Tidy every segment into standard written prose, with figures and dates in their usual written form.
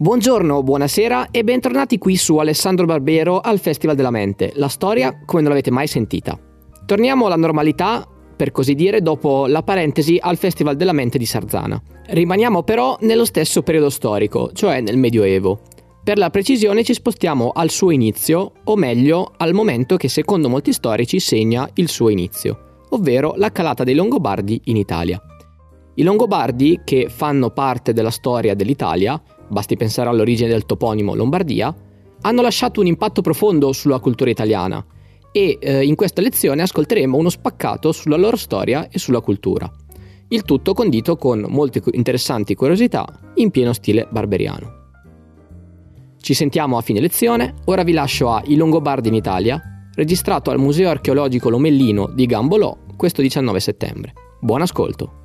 Buongiorno, buonasera e bentornati qui su Alessandro Barbero al Festival della Mente, la storia come non l'avete mai sentita. Torniamo alla normalità, per così dire, dopo la parentesi al Festival della Mente di Sarzana. Rimaniamo però nello stesso periodo storico, cioè nel Medioevo. Per la precisione ci spostiamo al suo inizio, o meglio al momento che secondo molti storici segna il suo inizio, ovvero la calata dei Longobardi in Italia. I Longobardi, che fanno parte della storia dell'Italia, basti pensare all'origine del toponimo Lombardia, hanno lasciato un impatto profondo sulla cultura italiana e in questa lezione ascolteremo uno spaccato sulla loro storia e sulla cultura. Il tutto condito con molte interessanti curiosità in pieno stile barberiano. Ci sentiamo a fine lezione, ora vi lascio a I Longobardi in Italia, registrato al Museo Archeologico Lomellino di Gambolò questo 19 settembre. Buon ascolto!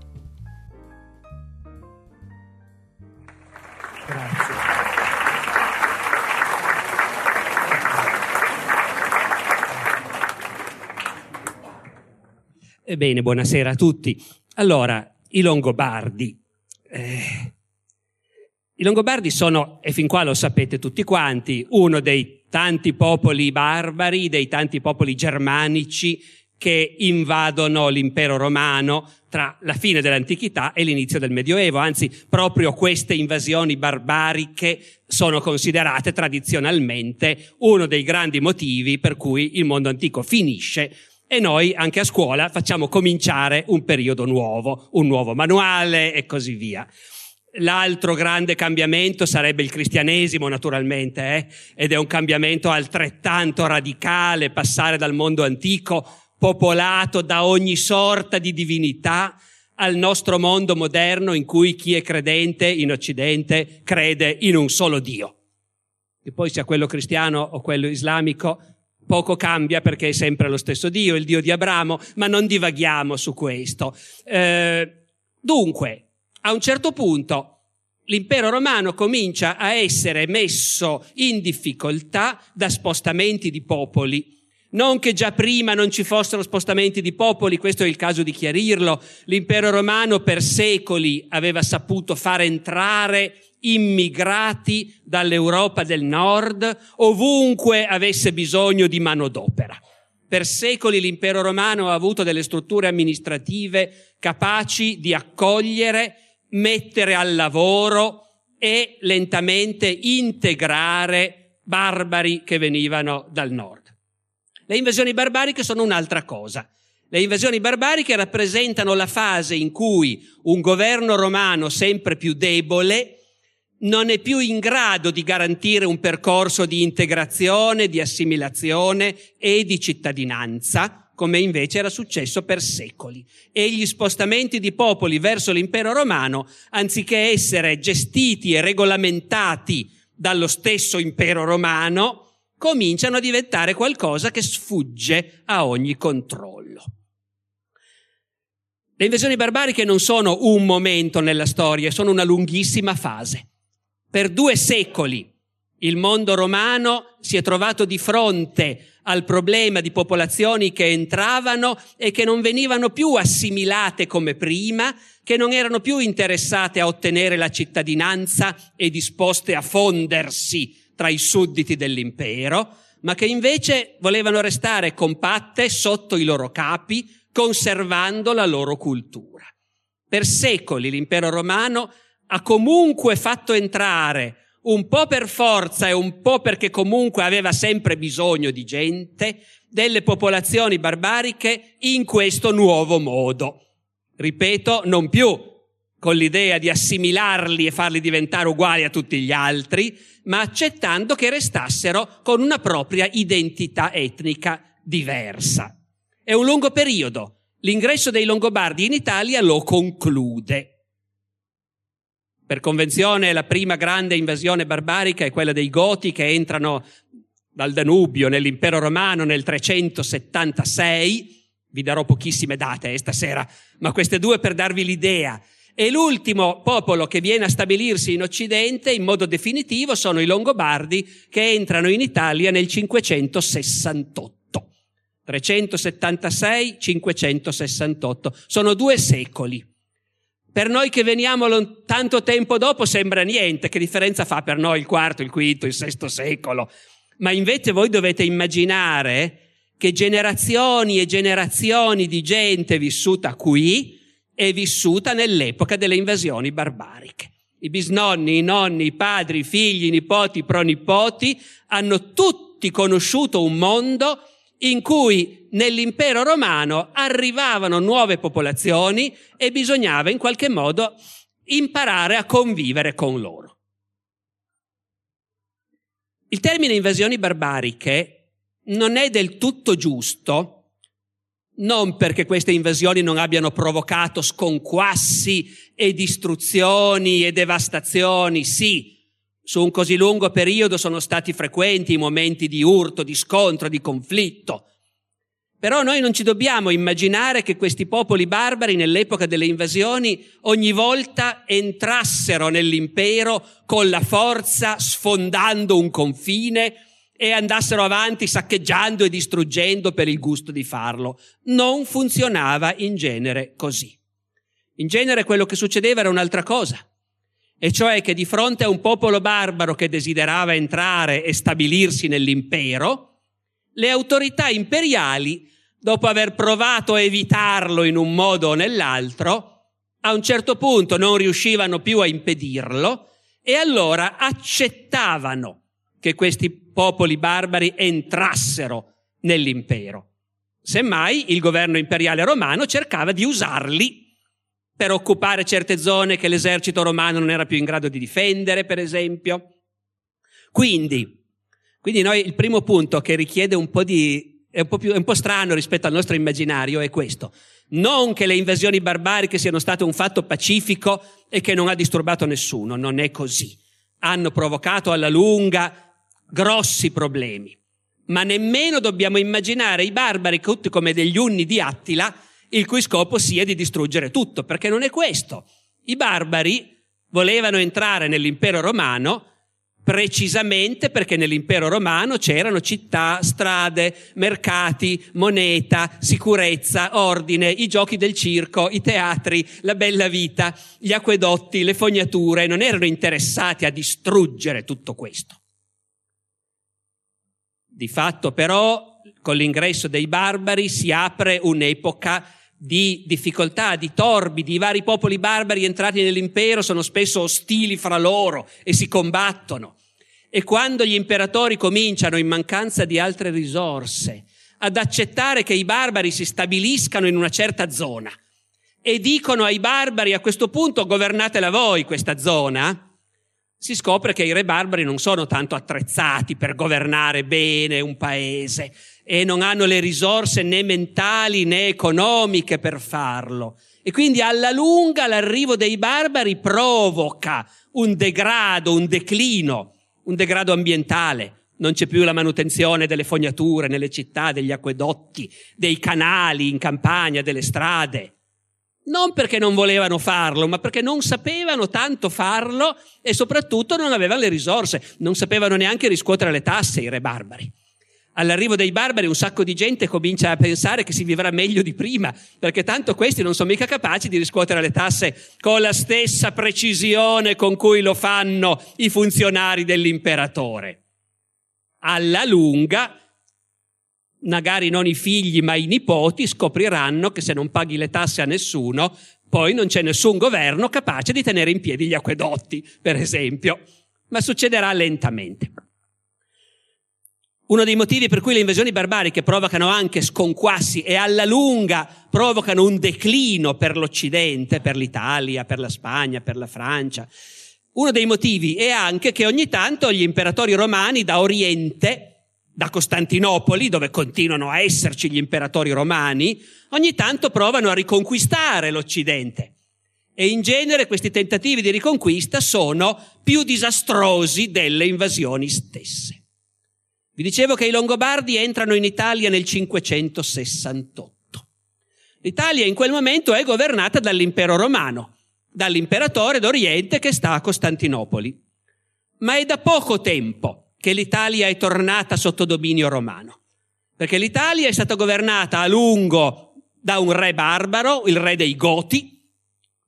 Grazie. Ebbene, buonasera a tutti. Allora, i Longobardi. I Longobardi sono, e fin qua lo sapete tutti quanti, uno dei tanti popoli barbari, dei tanti popoli germanici che invadono l'impero romano tra la fine dell'antichità e l'inizio del Medioevo. Anzi, proprio queste invasioni barbariche sono considerate tradizionalmente uno dei grandi motivi per cui il mondo antico finisce e noi anche a scuola facciamo cominciare un periodo nuovo, un nuovo manuale e così via. L'altro grande cambiamento sarebbe il cristianesimo, naturalmente, ed è un cambiamento altrettanto radicale, passare dal mondo antico popolato da ogni sorta di divinità al nostro mondo moderno in cui chi è credente in Occidente crede in un solo Dio. E poi sia quello cristiano o quello islamico poco cambia perché è sempre lo stesso Dio, il Dio di Abramo, ma non divaghiamo su questo. Dunque, a un certo punto l'impero romano comincia a essere messo in difficoltà da spostamenti di popoli. Non che già prima non ci fossero spostamenti di popoli, questo è il caso di chiarirlo. L'impero romano per secoli aveva saputo far entrare immigrati dall'Europa del Nord ovunque avesse bisogno di manodopera. Per secoli l'impero romano ha avuto delle strutture amministrative capaci di accogliere, mettere al lavoro e lentamente integrare barbari che venivano dal nord. Le invasioni barbariche sono un'altra cosa. Le invasioni barbariche rappresentano la fase in cui un governo romano sempre più debole non è più in grado di garantire un percorso di integrazione, di assimilazione e di cittadinanza, come invece era successo per secoli. E gli spostamenti di popoli verso l'impero romano, anziché essere gestiti e regolamentati dallo stesso impero romano, cominciano a diventare qualcosa che sfugge a ogni controllo. Le invasioni barbariche non sono un momento nella storia, sono una lunghissima fase. Per 2 secoli il mondo romano si è trovato di fronte al problema di popolazioni che entravano e che non venivano più assimilate come prima, che non erano più interessate a ottenere la cittadinanza e disposte a fondersi tra i sudditi dell'impero, ma che invece volevano restare compatte sotto i loro capi, conservando la loro cultura. Per secoli l'impero romano ha comunque fatto entrare, un po' per forza e un po' perché comunque aveva sempre bisogno di gente, delle popolazioni barbariche in questo nuovo modo. Ripeto, non più con l'idea di assimilarli e farli diventare uguali a tutti gli altri, ma accettando che restassero con una propria identità etnica diversa. È un lungo periodo. L'ingresso dei Longobardi in Italia lo conclude. Per convenzione la prima grande invasione barbarica è quella dei Goti che entrano dal Danubio nell'impero romano nel 376. Vi darò pochissime date stasera, ma queste 2 per darvi l'idea. E l'ultimo popolo che viene a stabilirsi in Occidente in modo definitivo sono i Longobardi che entrano in Italia nel 568. 376-568. Sono 2 secoli. Per noi che veniamo tanto tempo dopo sembra niente, che differenza fa per noi il IV, il V, il VI secolo? Ma invece voi dovete immaginare che generazioni e generazioni di gente vissuta qui è vissuta nell'epoca delle invasioni barbariche. I bisnonni, i nonni, i padri, i figli, i nipoti, i pronipoti hanno tutti conosciuto un mondo in cui nell'impero romano arrivavano nuove popolazioni e bisognava in qualche modo imparare a convivere con loro. Il termine invasioni barbariche non è del tutto giusto, non perché queste invasioni non abbiano provocato sconquassi e distruzioni e devastazioni, sì, su un così lungo periodo sono stati frequenti i momenti di urto, di scontro, di conflitto. Però noi non ci dobbiamo immaginare che questi popoli barbari nell'epoca delle invasioni ogni volta entrassero nell'impero con la forza, sfondando un confine e andassero avanti saccheggiando e distruggendo per il gusto di farlo. Non funzionava in genere così. In genere quello che succedeva era un'altra cosa, e cioè che di fronte a un popolo barbaro che desiderava entrare e stabilirsi nell'impero, le autorità imperiali, dopo aver provato a evitarlo in un modo o nell'altro, a un certo punto non riuscivano più a impedirlo e allora accettavano che questi popoli barbari entrassero nell'impero. Semmai il governo imperiale romano cercava di usarli per occupare certe zone che l'esercito romano non era più in grado di difendere, per esempio. Quindi noi il primo punto che richiede è un po' strano rispetto al nostro immaginario è questo. Non che le invasioni barbariche siano state un fatto pacifico e che non ha disturbato nessuno, non è così. Hanno provocato alla lunga grossi problemi, ma nemmeno dobbiamo immaginare i barbari tutti come degli unni di Attila, il cui scopo sia di distruggere tutto, perché non è questo. I barbari volevano entrare nell'impero romano precisamente perché nell'impero romano c'erano città, strade, mercati, moneta, sicurezza, ordine, i giochi del circo, i teatri, la bella vita, gli acquedotti, le fognature. Non erano interessati a distruggere tutto questo. Di fatto però con l'ingresso dei barbari si apre un'epoca di difficoltà, di torbidi. I vari popoli barbari entrati nell'impero sono spesso ostili fra loro e si combattono. E quando gli imperatori cominciano, in mancanza di altre risorse, ad accettare che i barbari si stabiliscano in una certa zona e dicono ai barbari: a questo punto governatela voi questa zona, si scopre che i re barbari non sono tanto attrezzati per governare bene un paese e non hanno le risorse né mentali né economiche per farlo. E quindi alla lunga l'arrivo dei barbari provoca un degrado, un declino, un degrado ambientale. Non c'è più la manutenzione delle fognature nelle città, degli acquedotti, dei canali in campagna, delle strade. Non perché non volevano farlo, ma perché non sapevano tanto farlo e soprattutto non avevano le risorse. Non sapevano neanche riscuotere le tasse i re barbari. All'arrivo dei barbari un sacco di gente comincia a pensare che si vivrà meglio di prima, perché tanto questi non sono mica capaci di riscuotere le tasse con la stessa precisione con cui lo fanno i funzionari dell'imperatore. Alla lunga, magari non i figli ma i nipoti scopriranno che se non paghi le tasse a nessuno, poi non c'è nessun governo capace di tenere in piedi gli acquedotti, per esempio. Ma succederà lentamente. Uno dei motivi per cui le invasioni barbariche provocano anche sconquassi e alla lunga provocano un declino per l'Occidente, per l'Italia, per la Spagna, per la Francia, uno dei motivi è anche che ogni tanto gli imperatori romani da Oriente, da Costantinopoli, dove continuano a esserci gli imperatori romani, ogni tanto provano a riconquistare l'Occidente. E in genere questi tentativi di riconquista sono più disastrosi delle invasioni stesse. Vi dicevo che i Longobardi entrano in Italia nel 568. L'Italia in quel momento è governata dall'impero romano, dall'imperatore d'Oriente che sta a Costantinopoli. Ma è da poco tempo che l'Italia è tornata sotto dominio romano, perché l'Italia è stata governata a lungo da un re barbaro, il re dei Goti,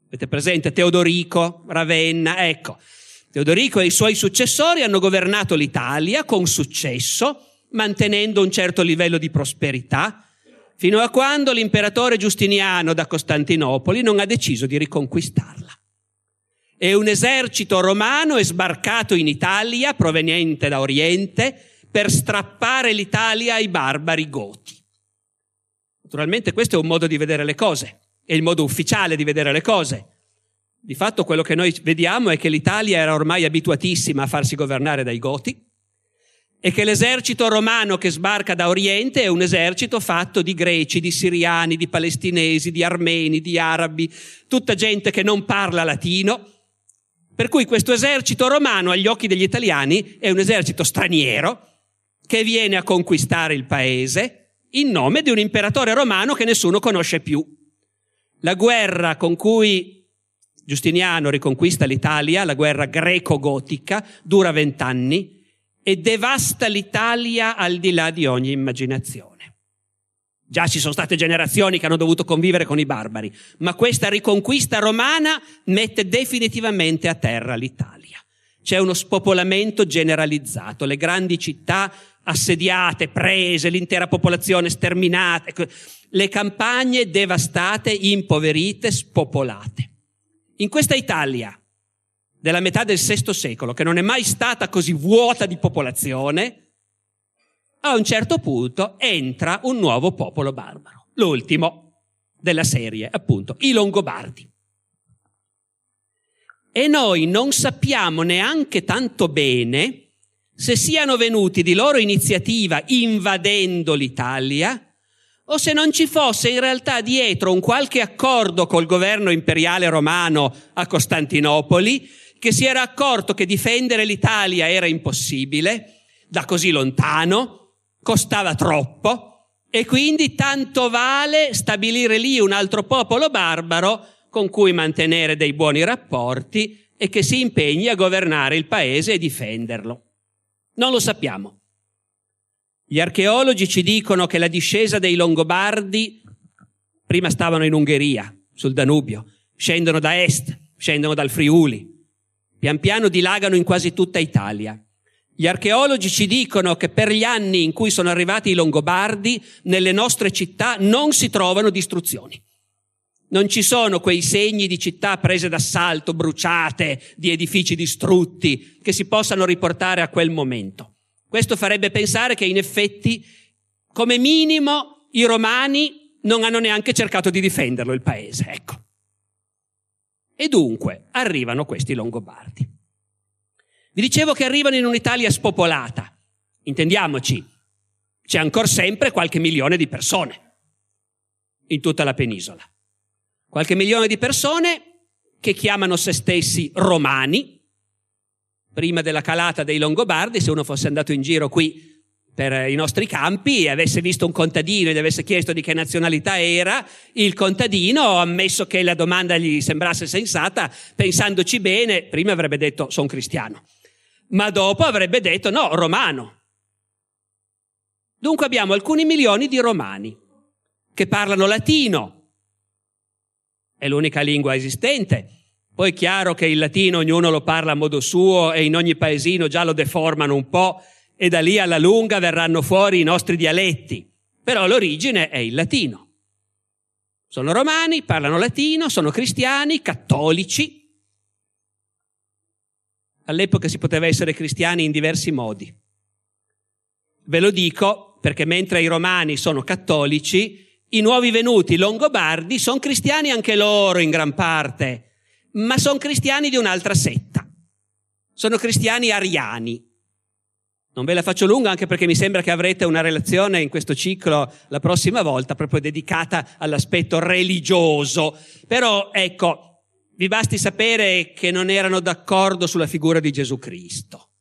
Avete presente Teodorico, Ravenna? Ecco, Teodorico e i suoi successori hanno governato l'Italia con successo, mantenendo un certo livello di prosperità, fino a quando l'imperatore Giustiniano da Costantinopoli non ha deciso di riconquistarla. E un esercito romano è sbarcato in Italia, proveniente da Oriente, per strappare l'Italia ai barbari goti. Naturalmente questo è un modo di vedere le cose, è il modo ufficiale di vedere le cose. Di fatto quello che noi vediamo è che l'Italia era ormai abituatissima a farsi governare dai Goti e che l'esercito romano che sbarca da Oriente è un esercito fatto di greci, di siriani, di palestinesi, di armeni, di arabi, tutta gente che non parla latino. Per cui questo esercito romano agli occhi degli italiani è un esercito straniero che viene a conquistare il paese in nome di un imperatore romano che nessuno conosce più. La guerra con cui Giustiniano riconquista l'Italia, la guerra greco-gotica, dura 20 anni e devasta l'Italia al di là di ogni immaginazione. Già ci sono state generazioni che hanno dovuto convivere con i barbari, ma questa riconquista romana mette definitivamente a terra l'Italia. C'è uno spopolamento generalizzato, le grandi città assediate, prese, l'intera popolazione sterminata, le campagne devastate, impoverite, spopolate. In questa Italia della metà del VI secolo, che non è mai stata così vuota di popolazione, a un certo punto entra un nuovo popolo barbaro, l'ultimo della serie, appunto, i Longobardi. E noi non sappiamo neanche tanto bene se siano venuti di loro iniziativa invadendo l'Italia o se non ci fosse in realtà dietro un qualche accordo col governo imperiale romano a Costantinopoli, che si era accorto che difendere l'Italia era impossibile, da così lontano, costava troppo, e quindi tanto vale stabilire lì un altro popolo barbaro con cui mantenere dei buoni rapporti e che si impegni a governare il paese e difenderlo. Non lo sappiamo. Gli archeologi ci dicono che la discesa dei Longobardi prima stavano in Ungheria, sul Danubio, scendono da est, scendono dal Friuli, pian piano dilagano in quasi tutta Italia. Gli archeologi ci dicono che per gli anni in cui sono arrivati i Longobardi, nelle nostre città non si trovano distruzioni. Non ci sono quei segni di città prese d'assalto, bruciate, di edifici distrutti, che si possano riportare a quel momento. Questo farebbe pensare che in effetti, come minimo, i romani non hanno neanche cercato di difenderlo il paese, ecco. E dunque arrivano questi Longobardi. Vi dicevo che arrivano in un'Italia spopolata. Intendiamoci, c'è ancora sempre qualche milione di persone in tutta la penisola. Qualche milione di persone che chiamano se stessi romani. Prima della calata dei Longobardi, se uno fosse andato in giro qui per i nostri campi e avesse visto un contadino ed avesse chiesto di che nazionalità era, il contadino, ammesso che la domanda gli sembrasse sensata, pensandoci bene, prima avrebbe detto sono cristiano, ma dopo avrebbe detto no, romano. Dunque abbiamo alcuni milioni di romani che parlano latino, è l'unica lingua esistente. Poi è chiaro che il latino ognuno lo parla a modo suo e in ogni paesino già lo deformano un po' e da lì alla lunga verranno fuori i nostri dialetti. Però l'origine è il latino. Sono romani, parlano latino, sono cristiani, cattolici. All'epoca si poteva essere cristiani in diversi modi. Ve lo dico perché mentre i romani sono cattolici, i nuovi venuti Longobardi sono cristiani anche loro in gran parte, ma sono cristiani di un'altra setta. Sono cristiani ariani. Non ve la faccio lunga anche perché mi sembra che avrete una relazione in questo ciclo la prossima volta proprio dedicata all'aspetto religioso. Però ecco, vi basti sapere che non erano d'accordo sulla figura di Gesù Cristo.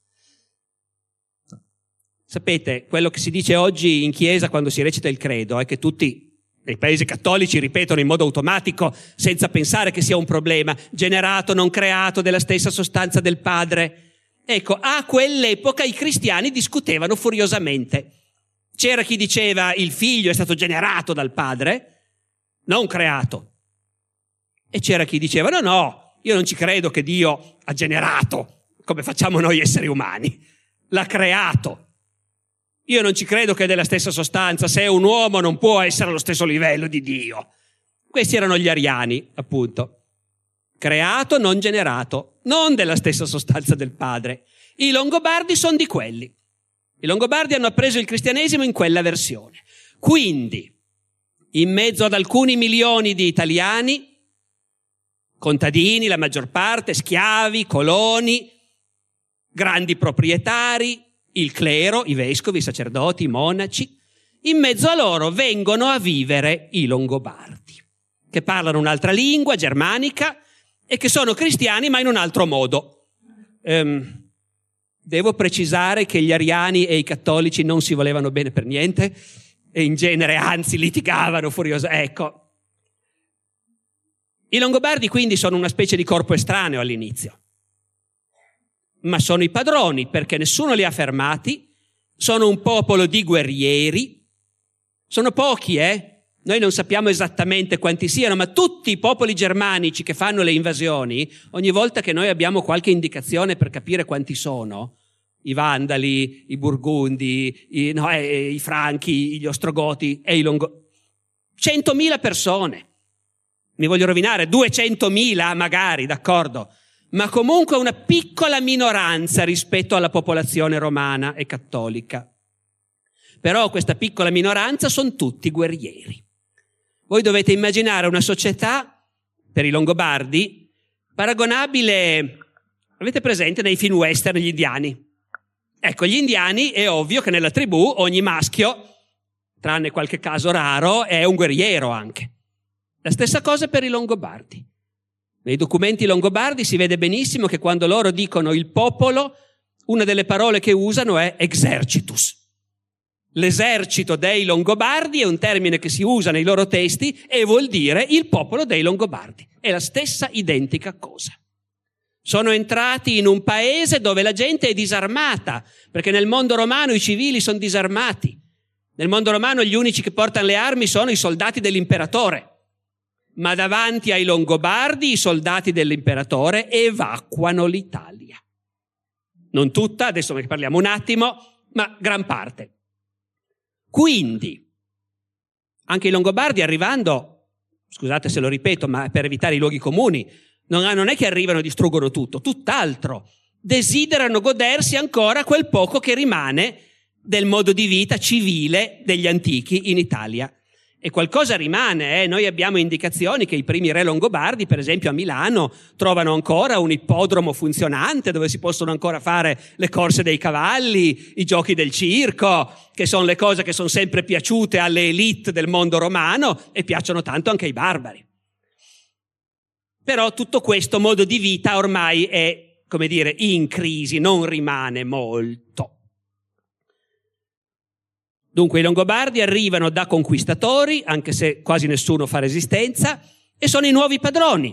Sapete, quello che si dice oggi in chiesa quando si recita il credo è che tutti nei paesi cattolici ripetono in modo automatico, senza pensare che sia un problema, generato, non creato, della stessa sostanza del Padre. Ecco, a quell'epoca i cristiani discutevano furiosamente. C'era chi diceva il figlio è stato generato dal Padre, non creato. E c'era chi diceva no, io non ci credo che Dio ha generato come facciamo noi esseri umani, l'ha creato. Io non ci credo che è della stessa sostanza, se è un uomo non può essere allo stesso livello di Dio. Questi erano gli ariani, appunto. Creato, non generato, non della stessa sostanza del Padre. I Longobardi sono di quelli. I Longobardi hanno appreso il cristianesimo in quella versione. Quindi, in mezzo ad alcuni milioni di italiani, contadini, la maggior parte, schiavi, coloni, grandi proprietari, il clero, i vescovi, i sacerdoti, i monaci, in mezzo a loro vengono a vivere i Longobardi, che parlano un'altra lingua, germanica, e che sono cristiani ma in un altro modo. Devo precisare che gli ariani e i cattolici non si volevano bene per niente e in genere anzi litigavano furiosamente. Ecco. I Longobardi quindi sono una specie di corpo estraneo all'inizio, ma sono i padroni perché nessuno li ha fermati, sono un popolo di guerrieri, sono pochi, Noi non sappiamo esattamente quanti siano, ma tutti i popoli germanici che fanno le invasioni, ogni volta che noi abbiamo qualche indicazione per capire quanti sono, i Vandali, i Burgundi, i Franchi, gli Ostrogoti e i 100.000 persone. Mi voglio rovinare, 200.000 magari, d'accordo, ma comunque una piccola minoranza rispetto alla popolazione romana e cattolica. Però questa piccola minoranza sono tutti guerrieri. Voi dovete immaginare una società, per i Longobardi, paragonabile, avete presente nei film western gli indiani? Ecco, gli indiani è ovvio che nella tribù ogni maschio, tranne qualche caso raro, è un guerriero anche. La stessa cosa per i Longobardi. Nei documenti longobardi si vede benissimo che quando loro dicono il popolo, una delle parole che usano è exercitus. L'esercito dei Longobardi è un termine che si usa nei loro testi e vuol dire il popolo dei Longobardi. È la stessa identica cosa. Sono entrati in un paese dove la gente è disarmata, perché nel mondo romano i civili sono disarmati. Nel mondo romano gli unici che portano le armi sono i soldati dell'imperatore. Ma davanti ai Longobardi i soldati dell'imperatore evacuano l'Italia. Non tutta, adesso ne parliamo un attimo, ma gran parte. Quindi, anche i Longobardi arrivando, scusate se lo ripeto, ma per evitare i luoghi comuni, non è che arrivano e distruggono tutto, tutt'altro. Desiderano godersi ancora quel poco che rimane del modo di vita civile degli antichi in Italia. E qualcosa rimane, Noi abbiamo indicazioni che i primi re longobardi, per esempio a Milano, trovano ancora un ippodromo funzionante dove si possono ancora fare le corse dei cavalli, i giochi del circo, che sono le cose che sono sempre piaciute alle elite del mondo romano e piacciono tanto anche ai barbari. Però tutto questo modo di vita ormai è, come dire, in crisi, non rimane molto. Dunque i Longobardi arrivano da conquistatori, anche se quasi nessuno fa resistenza, e sono i nuovi padroni.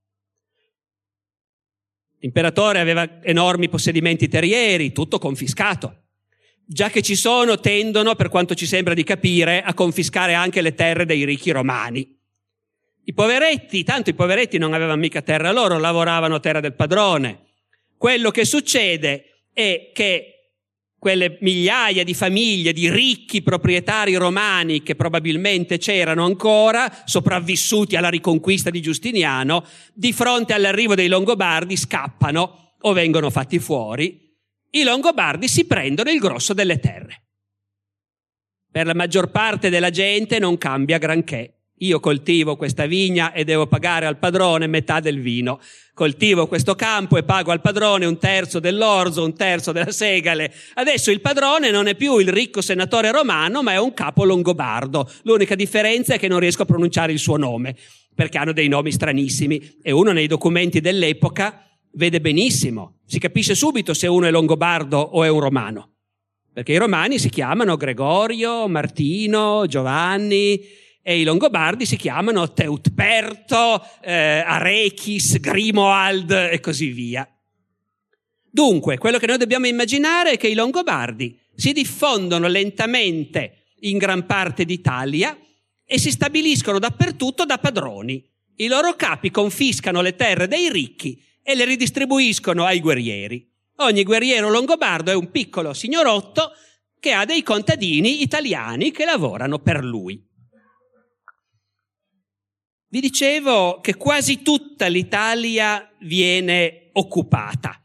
L'imperatore aveva enormi possedimenti terrieri, tutto confiscato. Già che ci sono, tendono, per quanto ci sembra di capire, a confiscare anche le terre dei ricchi romani. I poveretti, tanto i poveretti non avevano mica terra loro, lavoravano a terra del padrone. Quello che succede è che quelle migliaia di famiglie di ricchi proprietari romani che probabilmente c'erano ancora, sopravvissuti alla riconquista di Giustiniano, di fronte all'arrivo dei Longobardi scappano o vengono fatti fuori. I Longobardi si prendono il grosso delle terre. Per la maggior parte della gente non cambia granché. Io coltivo questa vigna e devo pagare al padrone metà del vino. Coltivo questo campo e pago al padrone un terzo dell'orzo, un terzo della segale. Adesso il padrone non è più il ricco senatore romano, ma è un capo longobardo. L'unica differenza è che non riesco a pronunciare il suo nome, perché hanno dei nomi stranissimi. E uno nei documenti dell'epoca vede benissimo, si capisce subito se uno è longobardo o è un romano. Perché i romani si chiamano Gregorio, Martino, Giovanni, e i Longobardi si chiamano Teutperto, Arechis, Grimoald e così via. Dunque, quello che noi dobbiamo immaginare è che i Longobardi si diffondono lentamente in gran parte d'Italia e si stabiliscono dappertutto da padroni. I loro capi confiscano le terre dei ricchi e le ridistribuiscono ai guerrieri. Ogni guerriero longobardo è un piccolo signorotto che ha dei contadini italiani che lavorano per lui. Vi dicevo che quasi tutta l'Italia viene occupata.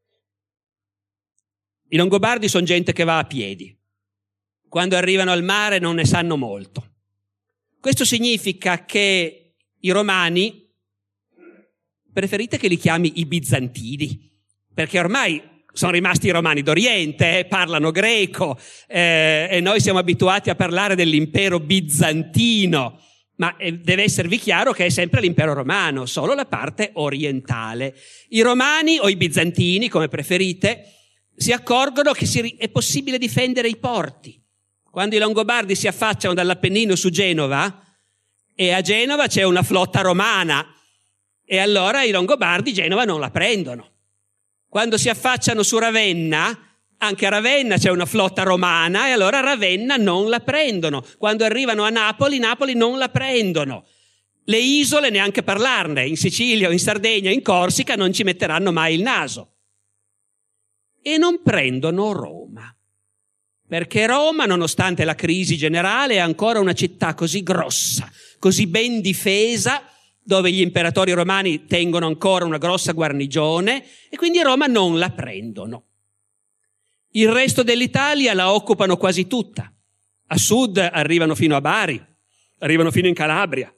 I longobardi sono gente che va a piedi. Quando arrivano al mare non ne sanno molto. Questo significa che i romani, preferite che li chiami i bizantini, perché ormai sono rimasti i romani d'Oriente, parlano greco, e noi siamo abituati a parlare dell'impero bizantino, ma deve esservi chiaro che è sempre l'impero romano, solo la parte orientale. I romani o i bizantini, come preferite, si accorgono che è possibile difendere i porti. Quando i longobardi si affacciano dall'Appennino su Genova, e a Genova c'è una flotta romana, e allora i longobardi Genova non la prendono. Quando si affacciano su Ravenna, anche a Ravenna c'è una flotta romana, e allora Ravenna non la prendono. Quando arrivano a Napoli, Napoli non la prendono. Le isole neanche parlarne, in Sicilia o in Sardegna, in Corsica non ci metteranno mai il naso. E non prendono Roma. Perché Roma, nonostante la crisi generale, è ancora una città così grossa, così ben difesa, dove gli imperatori romani tengono ancora una grossa guarnigione, e quindi Roma non la prendono. Il resto dell'Italia la occupano quasi tutta. A sud arrivano fino a Bari, arrivano fino in Calabria.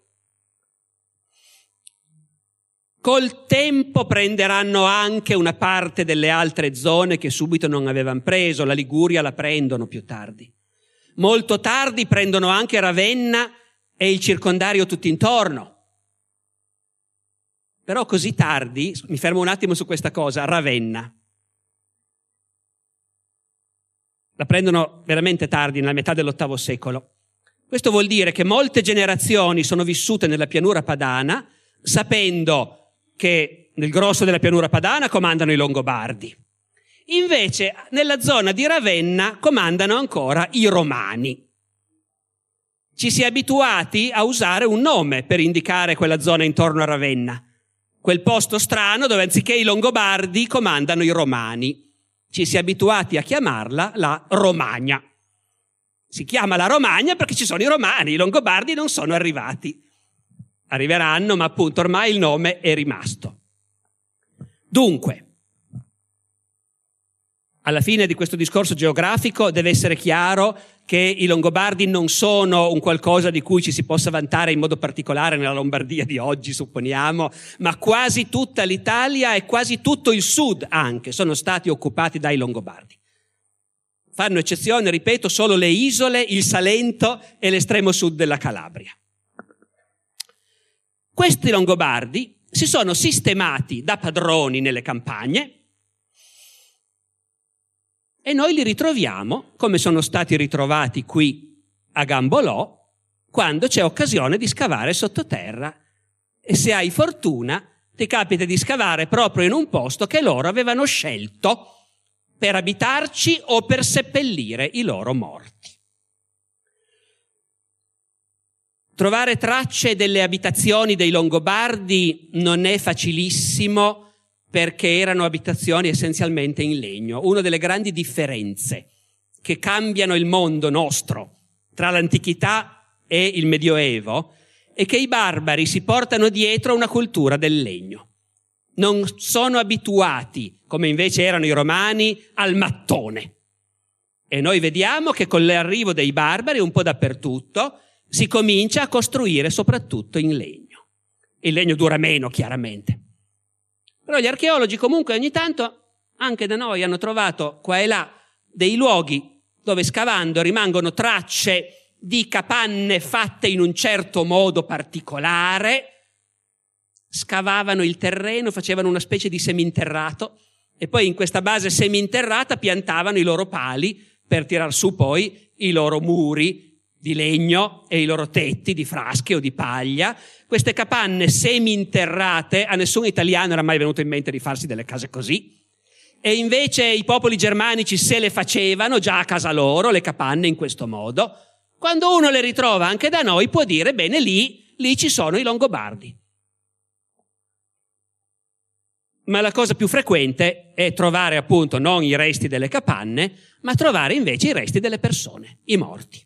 Col tempo prenderanno anche una parte delle altre zone che subito non avevano preso. La Liguria la prendono più tardi. Molto tardi prendono anche Ravenna e il circondario tutto intorno. Però così tardi, mi fermo un attimo su questa cosa, Ravenna. La prendono veramente tardi, nella metà dell'VIII secolo. Questo vuol dire che molte generazioni sono vissute nella pianura padana, sapendo che nel grosso della pianura padana comandano i Longobardi. Invece nella zona di Ravenna comandano ancora i Romani. Ci si è abituati a usare un nome per indicare quella zona intorno a Ravenna, quel posto strano dove anziché i Longobardi comandano i Romani. Ci si è abituati a chiamarla la Romagna. Si chiama la Romagna perché ci sono i Romani, i Longobardi non sono arrivati. Arriveranno, ma appunto ormai il nome è rimasto. Dunque, alla fine di questo discorso geografico deve essere chiaro che i Longobardi non sono un qualcosa di cui ci si possa vantare in modo particolare nella Lombardia di oggi, supponiamo, ma quasi tutta l'Italia e quasi tutto il sud anche sono stati occupati dai Longobardi. Fanno eccezione, ripeto, solo le isole, il Salento e l'estremo sud della Calabria. Questi Longobardi si sono sistemati da padroni nelle campagne e noi li ritroviamo, come sono stati ritrovati qui a Gambolò, quando c'è occasione di scavare sottoterra. E se hai fortuna, ti capita di scavare proprio in un posto che loro avevano scelto per abitarci o per seppellire i loro morti. Trovare tracce delle abitazioni dei Longobardi non è facilissimo perché erano abitazioni essenzialmente in legno. Una delle grandi differenze che cambiano il mondo nostro tra l'antichità e il Medioevo è che i barbari si portano dietro una cultura del legno. Non sono abituati, come invece erano i romani, al mattone. E noi vediamo che con l'arrivo dei barbari un po' dappertutto si comincia a costruire soprattutto in legno. Il legno dura meno, chiaramente. Però gli archeologi comunque ogni tanto, anche da noi, hanno trovato qua e là dei luoghi dove scavando rimangono tracce di capanne fatte in un certo modo particolare. Scavavano il terreno, facevano una specie di seminterrato e poi in questa base seminterrata piantavano i loro pali per tirar su poi i loro muri di legno e i loro tetti di frasche o di paglia. Queste capanne seminterrate, a nessun italiano era mai venuto in mente di farsi delle case così, e invece i popoli germanici se le facevano già a casa loro, le capanne in questo modo. Quando uno le ritrova anche da noi può dire, bene, lì ci sono i Longobardi. ma la cosa più frequente è trovare appunto non i resti delle capanne, ma trovare invece i resti delle persone, i morti.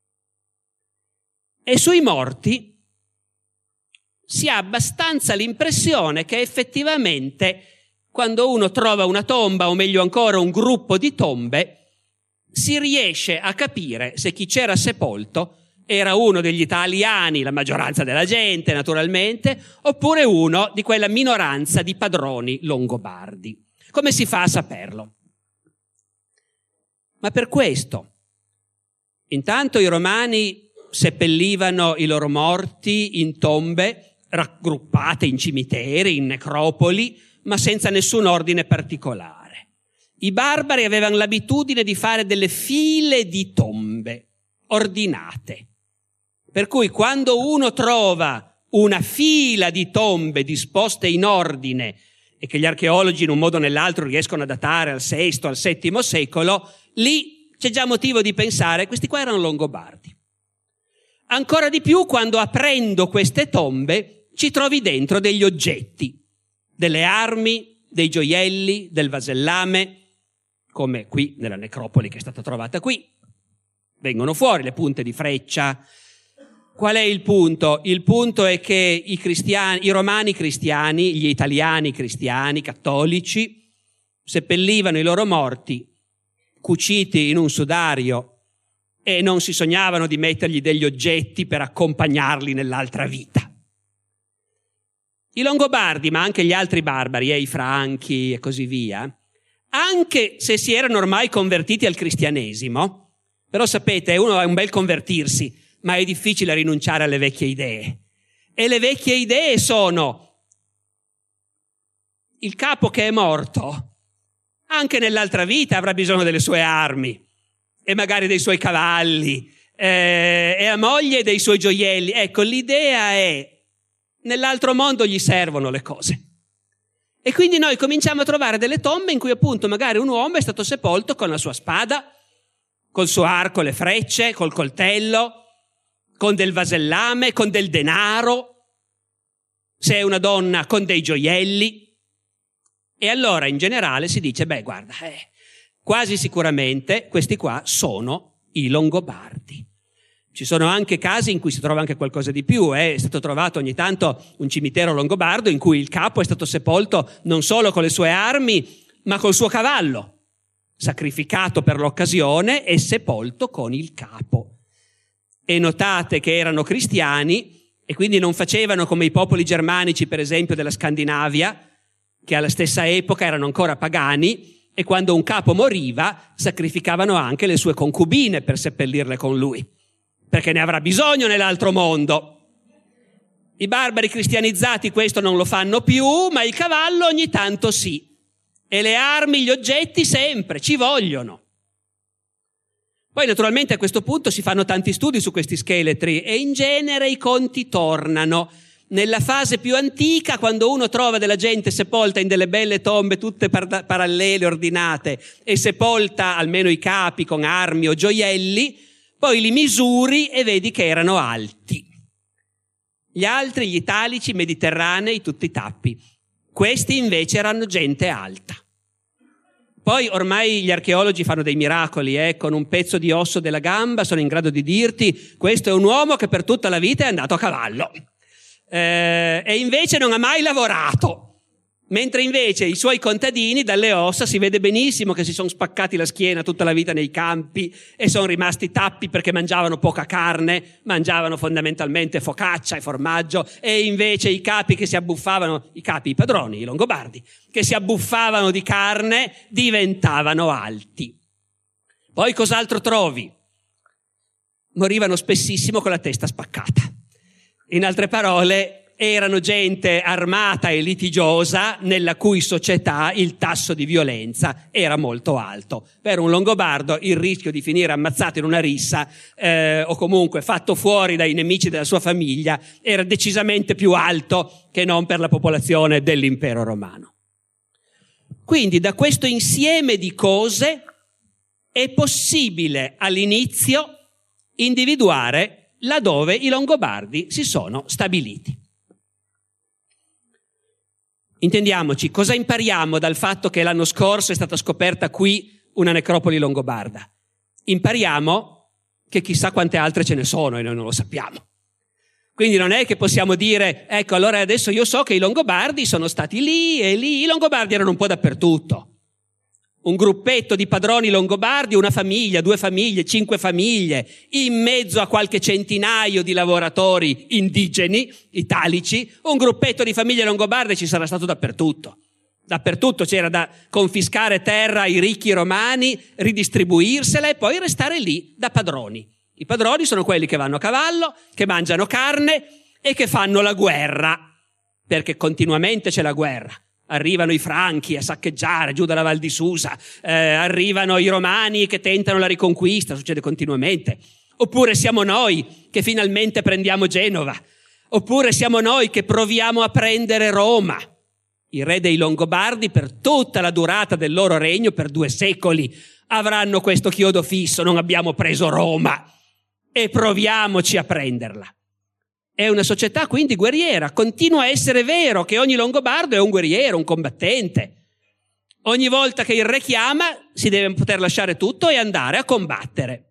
E sui morti si ha abbastanza l'impressione che effettivamente quando uno trova una tomba, o meglio ancora un gruppo di tombe, si riesce a capire se chi c'era sepolto era uno degli italiani, la maggioranza della gente naturalmente, oppure uno di quella minoranza di padroni longobardi. Come si fa a saperlo? Ma per questo, intanto i romani seppellivano i loro morti in tombe raggruppate in cimiteri, in necropoli, ma senza nessun ordine particolare. I barbari avevano l'abitudine di fare delle file di tombe ordinate. Per cui quando uno trova una fila di tombe disposte in ordine e che gli archeologi in un modo o nell'altro riescono a datare al VI, al VII secolo, lì c'è già motivo di pensare questi qua erano longobardi. Ancora di più quando aprendo queste tombe ci trovi dentro degli oggetti, delle armi, dei gioielli, del vasellame, come qui nella necropoli che è stata trovata qui. Vengono fuori le punte di freccia. Qual è il punto? Il punto è che i romani cristiani, gli italiani cristiani, cattolici, seppellivano i loro morti cuciti in un sudario e non si sognavano di mettergli degli oggetti per accompagnarli nell'altra vita. I Longobardi, ma anche gli altri barbari, i Franchi e così via, anche se si erano ormai convertiti al cristianesimo, però sapete, uno è un bel convertirsi, ma è difficile rinunciare alle vecchie idee. E le vecchie idee sono: il capo che è morto, anche nell'altra vita avrà bisogno delle sue armi, e magari dei suoi cavalli, e la moglie dei suoi gioielli. Ecco, l'idea è: nell'altro mondo gli servono le cose. E quindi noi cominciamo a trovare delle tombe in cui appunto magari un uomo è stato sepolto con la sua spada, col suo arco, le frecce, col coltello, con del vasellame, con del denaro, se è una donna con dei gioielli. E allora in generale si dice, beh guarda, quasi sicuramente questi qua sono i Longobardi. Ci sono anche casi in cui si trova anche qualcosa di più. È stato trovato ogni tanto un cimitero longobardo in cui il capo è stato sepolto non solo con le sue armi, ma col suo cavallo, sacrificato per l'occasione e sepolto con il capo. E notate che erano cristiani e quindi non facevano come i popoli germanici, per esempio, della Scandinavia, che alla stessa epoca erano ancora pagani e quando un capo moriva sacrificavano anche le sue concubine per seppellirle con lui, perché ne avrà bisogno nell'altro mondo. I barbari cristianizzati questo non lo fanno più, ma il cavallo ogni tanto sì. E le armi, gli oggetti sempre, ci vogliono. Poi naturalmente a questo punto si fanno tanti studi su questi scheletri e in genere i conti tornano. Nella fase più antica, quando uno trova della gente sepolta in delle belle tombe tutte parallele, ordinate, e sepolta almeno i capi con armi o gioielli, poi li misuri e vedi che erano alti. Gli altri, gli italici, mediterranei, tutti tappi. Questi invece erano gente alta. Poi ormai gli archeologi fanno dei miracoli, con un pezzo di osso della gamba sono in grado di dirti: questo è un uomo che per tutta la vita è andato a cavallo. E invece non ha mai lavorato, mentre invece i suoi contadini dalle ossa si vede benissimo che si sono spaccati la schiena tutta la vita nei campi e sono rimasti tappi perché mangiavano poca carne, mangiavano fondamentalmente focaccia e formaggio, e invece i capi che si abbuffavano, i capi, i padroni, i Longobardi, che si abbuffavano di carne diventavano alti. Poi cos'altro trovi? Morivano spessissimo con la testa spaccata. In altre parole, erano gente armata e litigiosa nella cui società il tasso di violenza era molto alto. Per un longobardo il rischio di finire ammazzato in una rissa o comunque fatto fuori dai nemici della sua famiglia era decisamente più alto che non per la popolazione dell'impero romano. Quindi da questo insieme di cose è possibile all'inizio individuare laddove i Longobardi si sono stabiliti. Intendiamoci, cosa impariamo dal fatto che l'anno scorso è stata scoperta qui una necropoli longobarda? Impariamo che chissà quante altre ce ne sono e noi non lo sappiamo. Quindi non è che possiamo dire, ecco, allora adesso io so che i Longobardi sono stati lì e lì. I Longobardi erano un po' dappertutto. Un gruppetto di padroni longobardi, una famiglia, 2 famiglie, 5 famiglie, in mezzo a qualche centinaio di lavoratori indigeni, italici, un gruppetto di famiglie longobarde ci sarà stato dappertutto. Dappertutto c'era da confiscare terra ai ricchi romani, ridistribuirsela e poi restare lì da padroni. I padroni sono quelli che vanno a cavallo, che mangiano carne e che fanno la guerra, perché continuamente c'è la guerra. Arrivano i Franchi a saccheggiare giù dalla Val di Susa, arrivano i Romani che tentano la riconquista, succede continuamente. Oppure siamo noi che finalmente prendiamo Genova, oppure siamo noi che proviamo a prendere Roma. I re dei Longobardi per tutta la durata del loro regno, per 2 secoli, avranno questo chiodo fisso: non abbiamo preso Roma e proviamoci a prenderla. È una società quindi guerriera. Continua a essere vero che ogni longobardo è un guerriero, un combattente. Ogni volta che il re chiama si deve poter lasciare tutto e andare a combattere.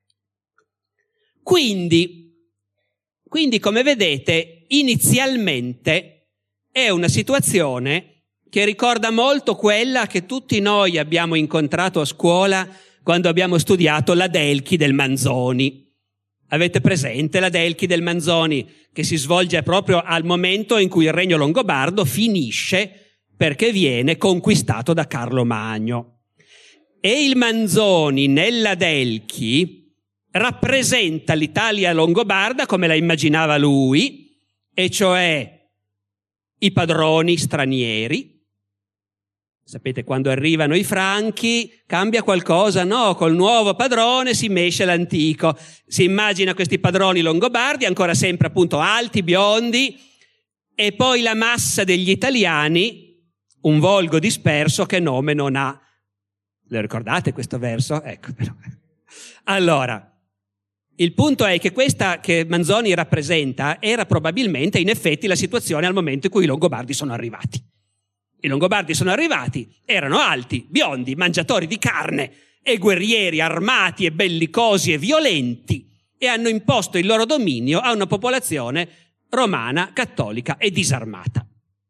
Quindi come vedete, inizialmente è una situazione che ricorda molto quella che tutti noi abbiamo incontrato a scuola quando abbiamo studiato la Delchi del Manzoni. Avete presente la Delchi del Manzoni, che si svolge proprio al momento in cui il regno longobardo finisce perché viene conquistato da Carlo Magno. E il Manzoni nella Delchi rappresenta l'Italia longobarda come la immaginava lui, e cioè i padroni stranieri. Sapete, quando arrivano i Franchi cambia qualcosa? No, col nuovo padrone si mesce l'antico. Si immagina questi padroni longobardi ancora sempre appunto alti, biondi, e poi la massa degli italiani, un volgo disperso che nome non ha. Lo ricordate questo verso? Ecco, però. Allora, il punto è che questa che Manzoni rappresenta era probabilmente in effetti la situazione al momento in cui i longobardi sono arrivati. I longobardi sono arrivati, erano alti, biondi, mangiatori di carne e guerrieri armati e bellicosi e violenti, e hanno imposto il loro dominio a una popolazione romana, cattolica e disarmata.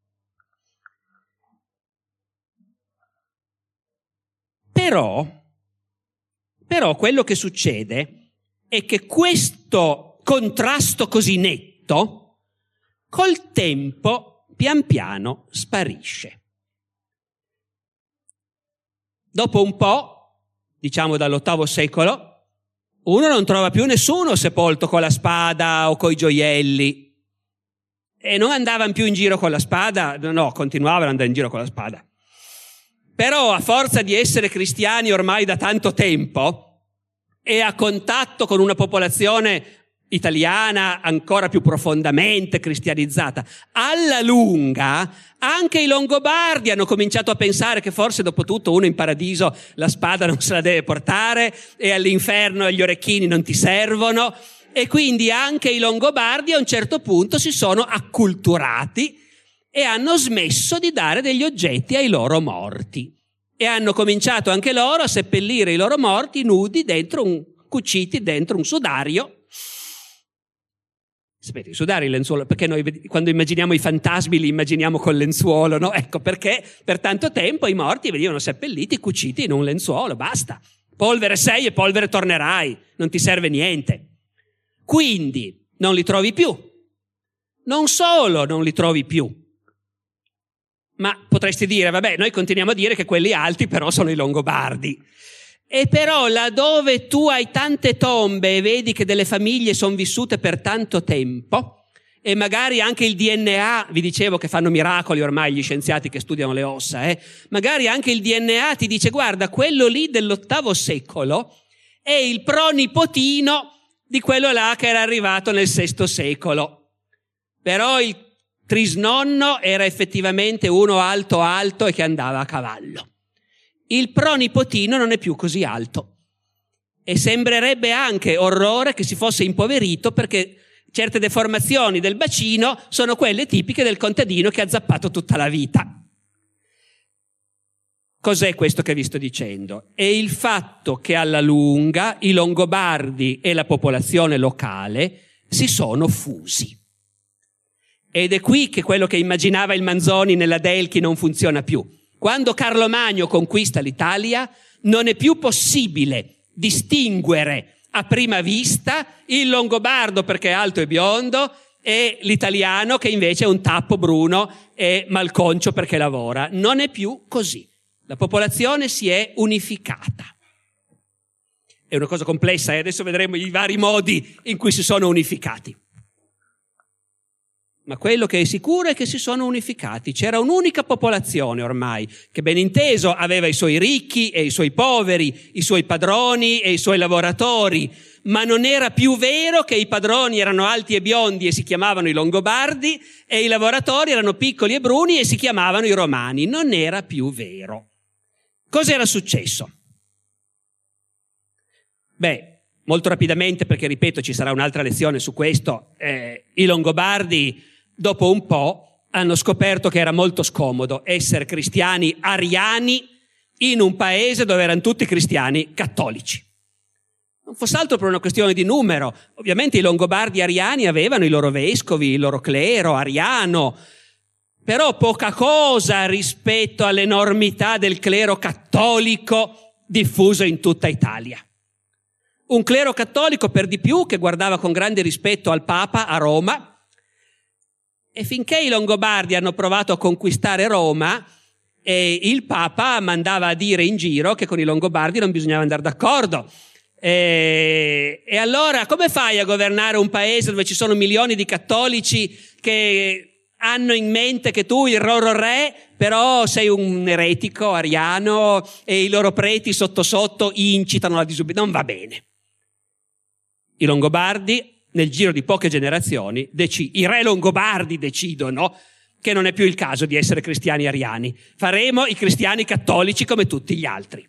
Però quello che succede è che questo contrasto così netto col tempo pian piano sparisce. Dopo un po', diciamo dall'VIII secolo, uno non trova più nessuno sepolto con la spada o coi gioielli. E non andavano più in giro con la spada, no, continuavano ad andare in giro con la spada. Però a forza di essere cristiani ormai da tanto tempo e a contatto con una popolazione italiana ancora più profondamente cristianizzata, alla lunga anche i longobardi hanno cominciato a pensare che forse dopo tutto uno in paradiso la spada non se la deve portare e all'inferno gli orecchini non ti servono, e quindi anche i longobardi a un certo punto si sono acculturati e hanno smesso di dare degli oggetti ai loro morti e hanno cominciato anche loro a seppellire i loro morti nudi cuciti dentro un sudario. Sapete, i sudari, il lenzuolo, perché noi quando immaginiamo i fantasmi li immaginiamo col lenzuolo, no? Ecco perché per tanto tempo i morti venivano seppelliti, cuciti in un lenzuolo, basta. Polvere sei e polvere tornerai, non ti serve niente. Quindi non li trovi più. Non solo non li trovi più, ma potresti dire, vabbè, noi continuiamo a dire che quelli alti però sono i longobardi. E però laddove tu hai tante tombe e vedi che delle famiglie sono vissute per tanto tempo, e magari anche il DNA, vi dicevo che fanno miracoli ormai gli scienziati che studiano le ossa, magari anche il DNA ti dice, guarda, quello lì dell'VIII secolo è il pronipotino di quello là che era arrivato nel VI secolo. Però il trisnonno era effettivamente uno alto e che andava a cavallo. Il pronipotino non è più così alto e sembrerebbe anche orrore che si fosse impoverito, perché certe deformazioni del bacino sono quelle tipiche del contadino che ha zappato tutta la vita. Cos'è questo che vi sto dicendo? È il fatto che alla lunga i Longobardi e la popolazione locale si sono fusi. Ed è qui che quello che immaginava il Manzoni nella Delchi non funziona più. Quando Carlo Magno conquista l'Italia, non è più possibile distinguere a prima vista il longobardo perché è alto e biondo e l'italiano che invece è un tappo bruno e malconcio perché lavora. Non è più così. La popolazione si è unificata. È una cosa complessa e adesso vedremo i vari modi in cui si sono unificati. Ma quello che è sicuro è che si sono unificati. C'era un'unica popolazione ormai, che ben inteso aveva i suoi ricchi e i suoi poveri, i suoi padroni e i suoi lavoratori, ma non era più vero che i padroni erano alti e biondi e si chiamavano i Longobardi e i lavoratori erano piccoli e bruni e si chiamavano i Romani. Non era più vero. Cos'era successo? Molto rapidamente, perché ripeto ci sarà un'altra lezione su questo, i Longobardi dopo un po' hanno scoperto che era molto scomodo essere cristiani ariani in un paese dove erano tutti cristiani cattolici. Non fosse altro per una questione di numero. Ovviamente i Longobardi ariani avevano i loro vescovi, il loro clero ariano, però poca cosa rispetto all'enormità del clero cattolico diffuso in tutta Italia. Un clero cattolico per di più che guardava con grande rispetto al Papa a Roma, e finché i Longobardi hanno provato a conquistare Roma, il Papa mandava a dire in giro che con i Longobardi non bisognava andare d'accordo. E allora come fai a governare un paese dove ci sono milioni di cattolici che hanno in mente che tu, il loro re, però sei un eretico ariano e i loro preti sotto sotto incitano la disubbidienza? Non va bene. I Longobardi, nel giro di poche generazioni, i re Longobardi decidono che non è più il caso di essere cristiani ariani. Faremo i cristiani cattolici come tutti gli altri.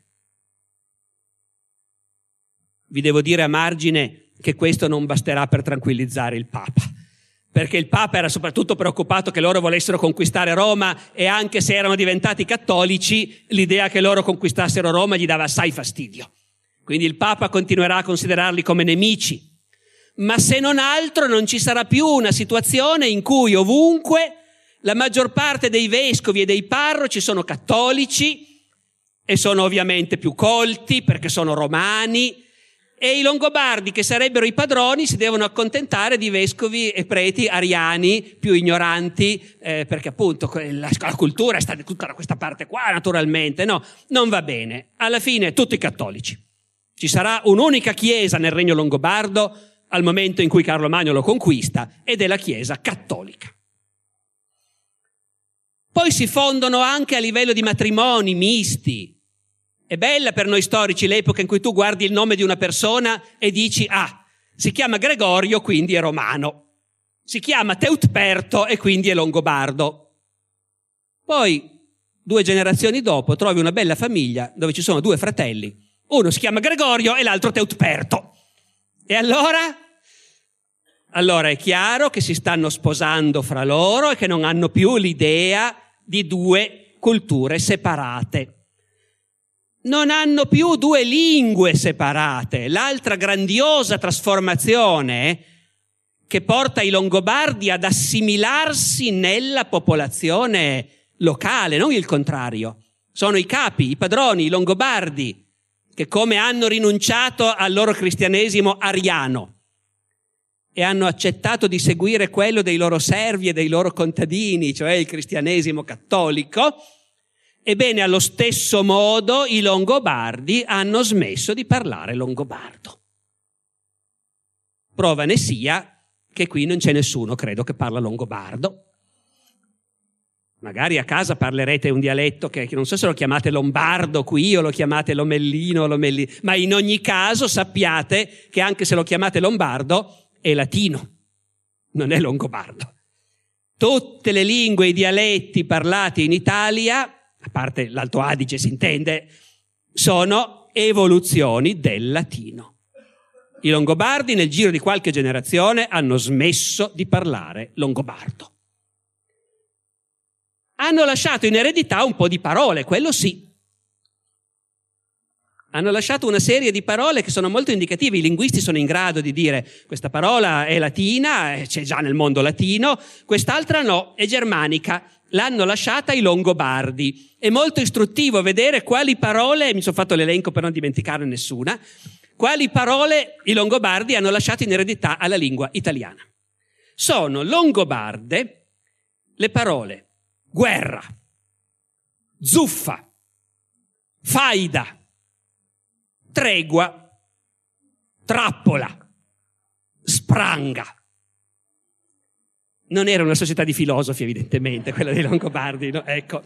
Vi devo dire a margine che questo non basterà per tranquillizzare il Papa, perché il Papa era soprattutto preoccupato che loro volessero conquistare Roma e anche se erano diventati cattolici, l'idea che loro conquistassero Roma gli dava assai fastidio. Quindi il Papa continuerà a considerarli come nemici, ma se non altro non ci sarà più una situazione in cui ovunque la maggior parte dei vescovi e dei parroci sono cattolici e sono ovviamente più colti perché sono romani, e i Longobardi, che sarebbero i padroni, si devono accontentare di vescovi e preti ariani più ignoranti, perché appunto la cultura sta tutta da questa parte qua, naturalmente. No, non va bene. Alla fine tutti cattolici. Ci sarà un'unica chiesa nel regno longobardo al momento in cui Carlo Magno lo conquista, ed è la chiesa cattolica. Poi si fondono anche a livello di matrimoni misti. È bella per noi storici l'epoca in cui tu guardi il nome di una persona e dici si chiama Gregorio, quindi è romano. Si chiama Teutperto e quindi è longobardo. Poi, 2 generazioni dopo, trovi una bella famiglia dove ci sono 2 fratelli. Uno si chiama Gregorio e l'altro Teutperto. E allora? Allora è chiaro che si stanno sposando fra loro e che non hanno più l'idea di 2 culture separate. Non hanno più 2 lingue separate. L'altra grandiosa trasformazione che porta i Longobardi ad assimilarsi nella popolazione locale, non il contrario. Sono i capi, i padroni, i Longobardi, che come hanno rinunciato al loro cristianesimo ariano e hanno accettato di seguire quello dei loro servi e dei loro contadini, cioè il cristianesimo cattolico, ebbene allo stesso modo i Longobardi hanno smesso di parlare longobardo. Prova ne sia che qui non c'è nessuno, credo, che parla longobardo. Magari a casa parlerete un dialetto che non so se lo chiamate lombardo qui o lo chiamate lomellino, ma in ogni caso sappiate che anche se lo chiamate lombardo è latino, non è longobardo. Tutte le lingue e i dialetti parlati in Italia, a parte l'Alto Adige si intende, sono evoluzioni del latino. I Longobardi nel giro di qualche generazione hanno smesso di parlare longobardo. Hanno lasciato in eredità un po' di parole, quello sì. Hanno lasciato una serie di parole che sono molto indicative. I linguisti sono in grado di dire questa parola è latina, c'è già nel mondo latino, quest'altra no, è germanica. L'hanno lasciata i Longobardi. È molto istruttivo vedere quali parole, mi sono fatto l'elenco per non dimenticarne nessuna, quali parole i Longobardi hanno lasciato in eredità alla lingua italiana. Sono longobarde le parole guerra, zuffa, faida, tregua, trappola, spranga. Non era una società di filosofi, evidentemente, quella dei Longobardi, no? Ecco.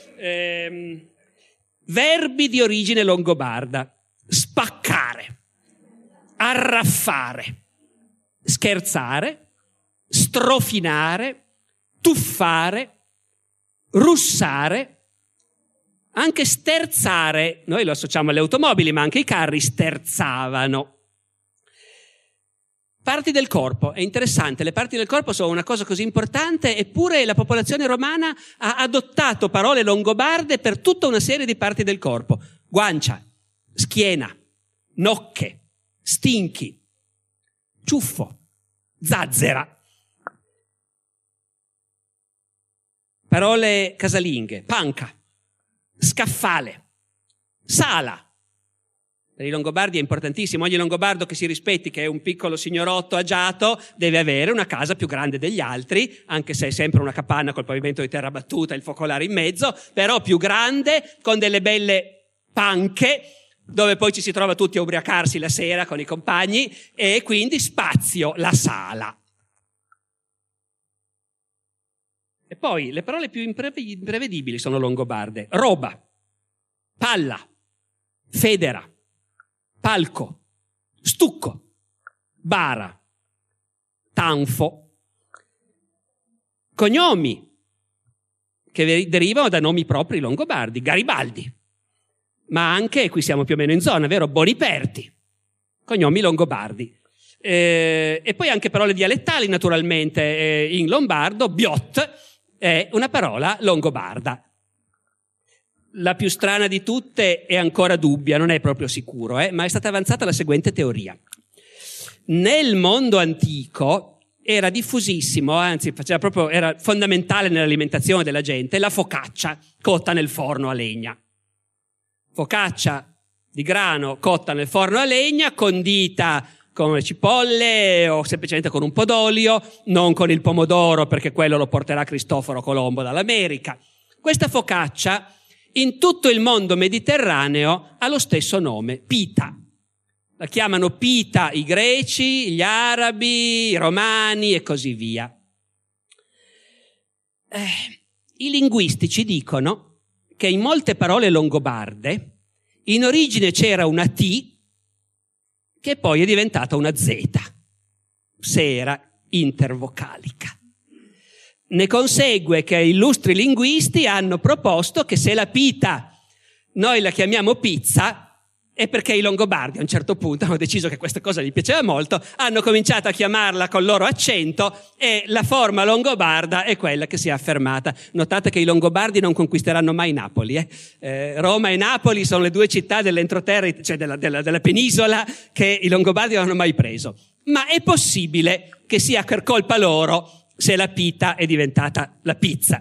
Verbi di origine longobarda: spaccare, arraffare, scherzare, strofinare, tuffare, russare, anche sterzare. Noi lo associamo alle automobili, ma anche i carri sterzavano. Parti del corpo, è interessante, le parti del corpo sono una cosa così importante, eppure la popolazione romana ha adottato parole longobarde per tutta una serie di parti del corpo: guancia, schiena, nocche, stinchi, ciuffo, zazzera. Parole casalinghe: panca, scaffale, sala. Per i Longobardi è importantissimo. Ogni longobardo che si rispetti, che è un piccolo signorotto agiato, deve avere una casa più grande degli altri, anche se è sempre una capanna col pavimento di terra battuta e il focolare in mezzo, però più grande, con delle belle panche, dove poi ci si trova tutti a ubriacarsi la sera con i compagni, e quindi spazio, la sala. E poi le parole più imprevedibili sono longobarde: roba, palla, federa, palco, stucco, bara, tanfo. Cognomi che derivano da nomi propri longobardi: Garibaldi, ma anche, qui siamo più o meno in zona, vero? Boniperti, cognomi longobardi. E poi anche parole dialettali, naturalmente. In lombardo biot è una parola longobarda. La più strana di tutte è ancora dubbia, non è proprio sicuro, ma è stata avanzata la seguente teoria. Nel mondo antico era diffusissimo, anzi era fondamentale nell'alimentazione della gente, la focaccia cotta nel forno a legna. Focaccia di grano cotta nel forno a legna, condita con le cipolle o semplicemente con un po' d'olio, non con il pomodoro, perché quello lo porterà Cristoforo Colombo dall'America. Questa focaccia in tutto il mondo mediterraneo ha lo stesso nome: pita. La chiamano pita i greci, gli arabi, i romani e così via. I linguisti ci dicono che in molte parole longobarde in origine c'era una T che poi è diventata una Z, se era intervocalica. Ne consegue che illustri linguisti hanno proposto che se la pita noi la chiamiamo pizza è perché i longobardi a un certo punto hanno deciso che questa cosa gli piaceva molto, hanno cominciato a chiamarla col loro accento e la forma longobarda è quella che si è affermata. Notate che i longobardi non conquisteranno mai Napoli. Roma e Napoli sono le due città dell'entroterra, cioè della penisola, che i longobardi non hanno mai preso. Ma è possibile che sia per colpa loro se la pita è diventata la pizza.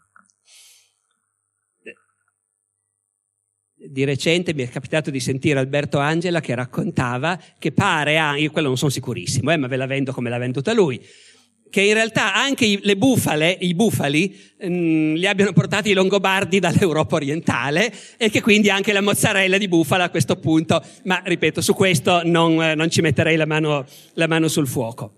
Di recente mi è capitato di sentire Alberto Angela che raccontava che pare, io quello non sono sicurissimo, ma ve la vendo come l'ha venduta lui, che in realtà anche i bufali li abbiano portati i longobardi dall'Europa orientale e che quindi anche la mozzarella di bufala a questo punto, ma ripeto, su questo non ci metterei la mano sul fuoco.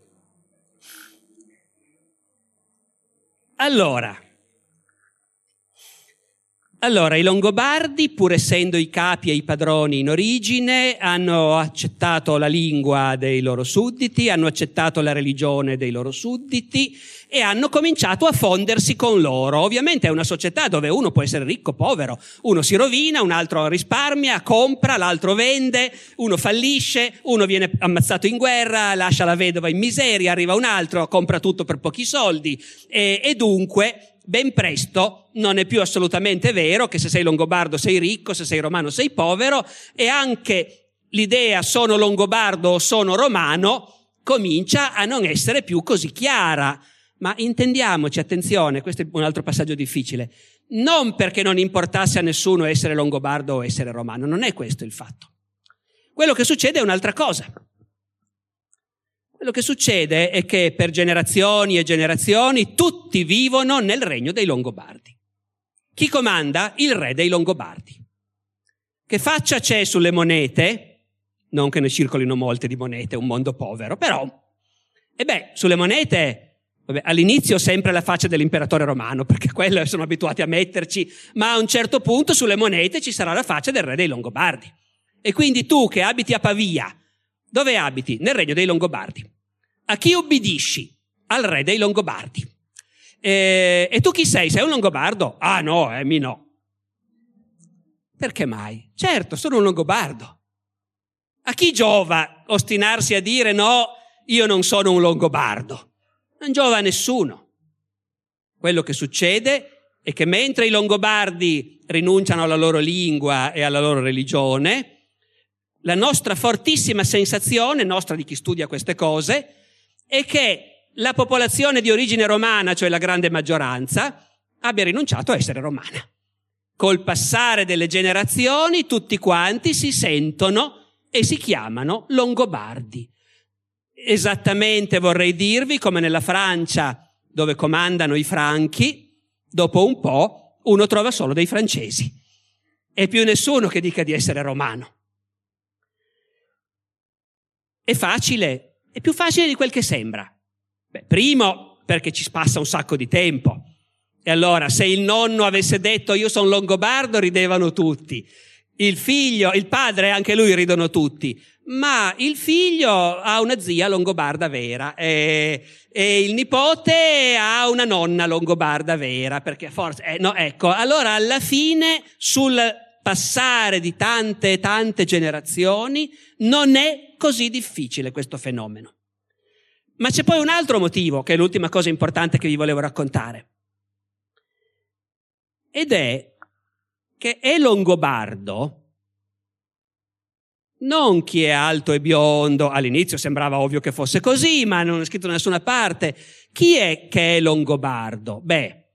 Allora, i Longobardi, pur essendo i capi e i padroni in origine, hanno accettato la lingua dei loro sudditi, hanno accettato la religione dei loro sudditi e hanno cominciato a fondersi con loro. Ovviamente è una società dove uno può essere ricco o povero, uno si rovina, un altro risparmia, compra, l'altro vende, uno fallisce, uno viene ammazzato in guerra, lascia la vedova in miseria, arriva un altro, compra tutto per pochi soldi e dunque ben presto non è più assolutamente vero che se sei longobardo sei ricco, se sei romano sei povero, e anche l'idea sono longobardo o sono romano comincia a non essere più così chiara. Ma intendiamoci, attenzione, questo è un altro passaggio difficile, non perché non importasse a nessuno essere longobardo o essere romano, non è questo il fatto. Quello che succede è un'altra cosa. Quello che succede è che per generazioni e generazioni tutti vivono nel regno dei Longobardi. Chi comanda? Il re dei Longobardi. Che faccia c'è sulle monete? Non che ne circolino molte di monete, è un mondo povero, però, sulle monete, all'inizio sempre la faccia dell'imperatore romano, perché quello sono abituati a metterci, ma a un certo punto sulle monete ci sarà la faccia del re dei Longobardi. E quindi tu che abiti a Pavia, dove abiti? Nel regno dei Longobardi. A chi ubbidisci? Al re dei Longobardi. E tu chi sei? Sei un longobardo? Ah no, mi no. Perché mai? Certo, sono un longobardo. A chi giova ostinarsi a dire no, io non sono un longobardo? Non giova a nessuno. Quello che succede è che mentre i longobardi rinunciano alla loro lingua e alla loro religione, la nostra fortissima sensazione, nostra di chi studia queste cose, è che la popolazione di origine romana, cioè la grande maggioranza, abbia rinunciato a essere romana. Col passare delle generazioni tutti quanti si sentono e si chiamano longobardi. Esattamente, vorrei dirvi, come nella Francia dove comandano i franchi, dopo un po' uno trova solo dei francesi e più nessuno che dica di essere romano. È facile, è più facile di quel che sembra. Primo, perché ci passa un sacco di tempo. E allora, se il nonno avesse detto io sono longobardo, ridevano tutti. Il figlio, il padre, anche lui ridono tutti. Ma il figlio ha una zia longobarda vera e il nipote ha una nonna longobarda vera, perché forse... ecco, allora alla fine sul passare di tante generazioni non è così difficile questo fenomeno. Ma c'è poi un altro motivo, che è l'ultima cosa importante che vi volevo raccontare. Ed è che è longobardo non chi è alto e biondo, all'inizio sembrava ovvio che fosse così, ma non è scritto da nessuna parte. Chi è che è longobardo?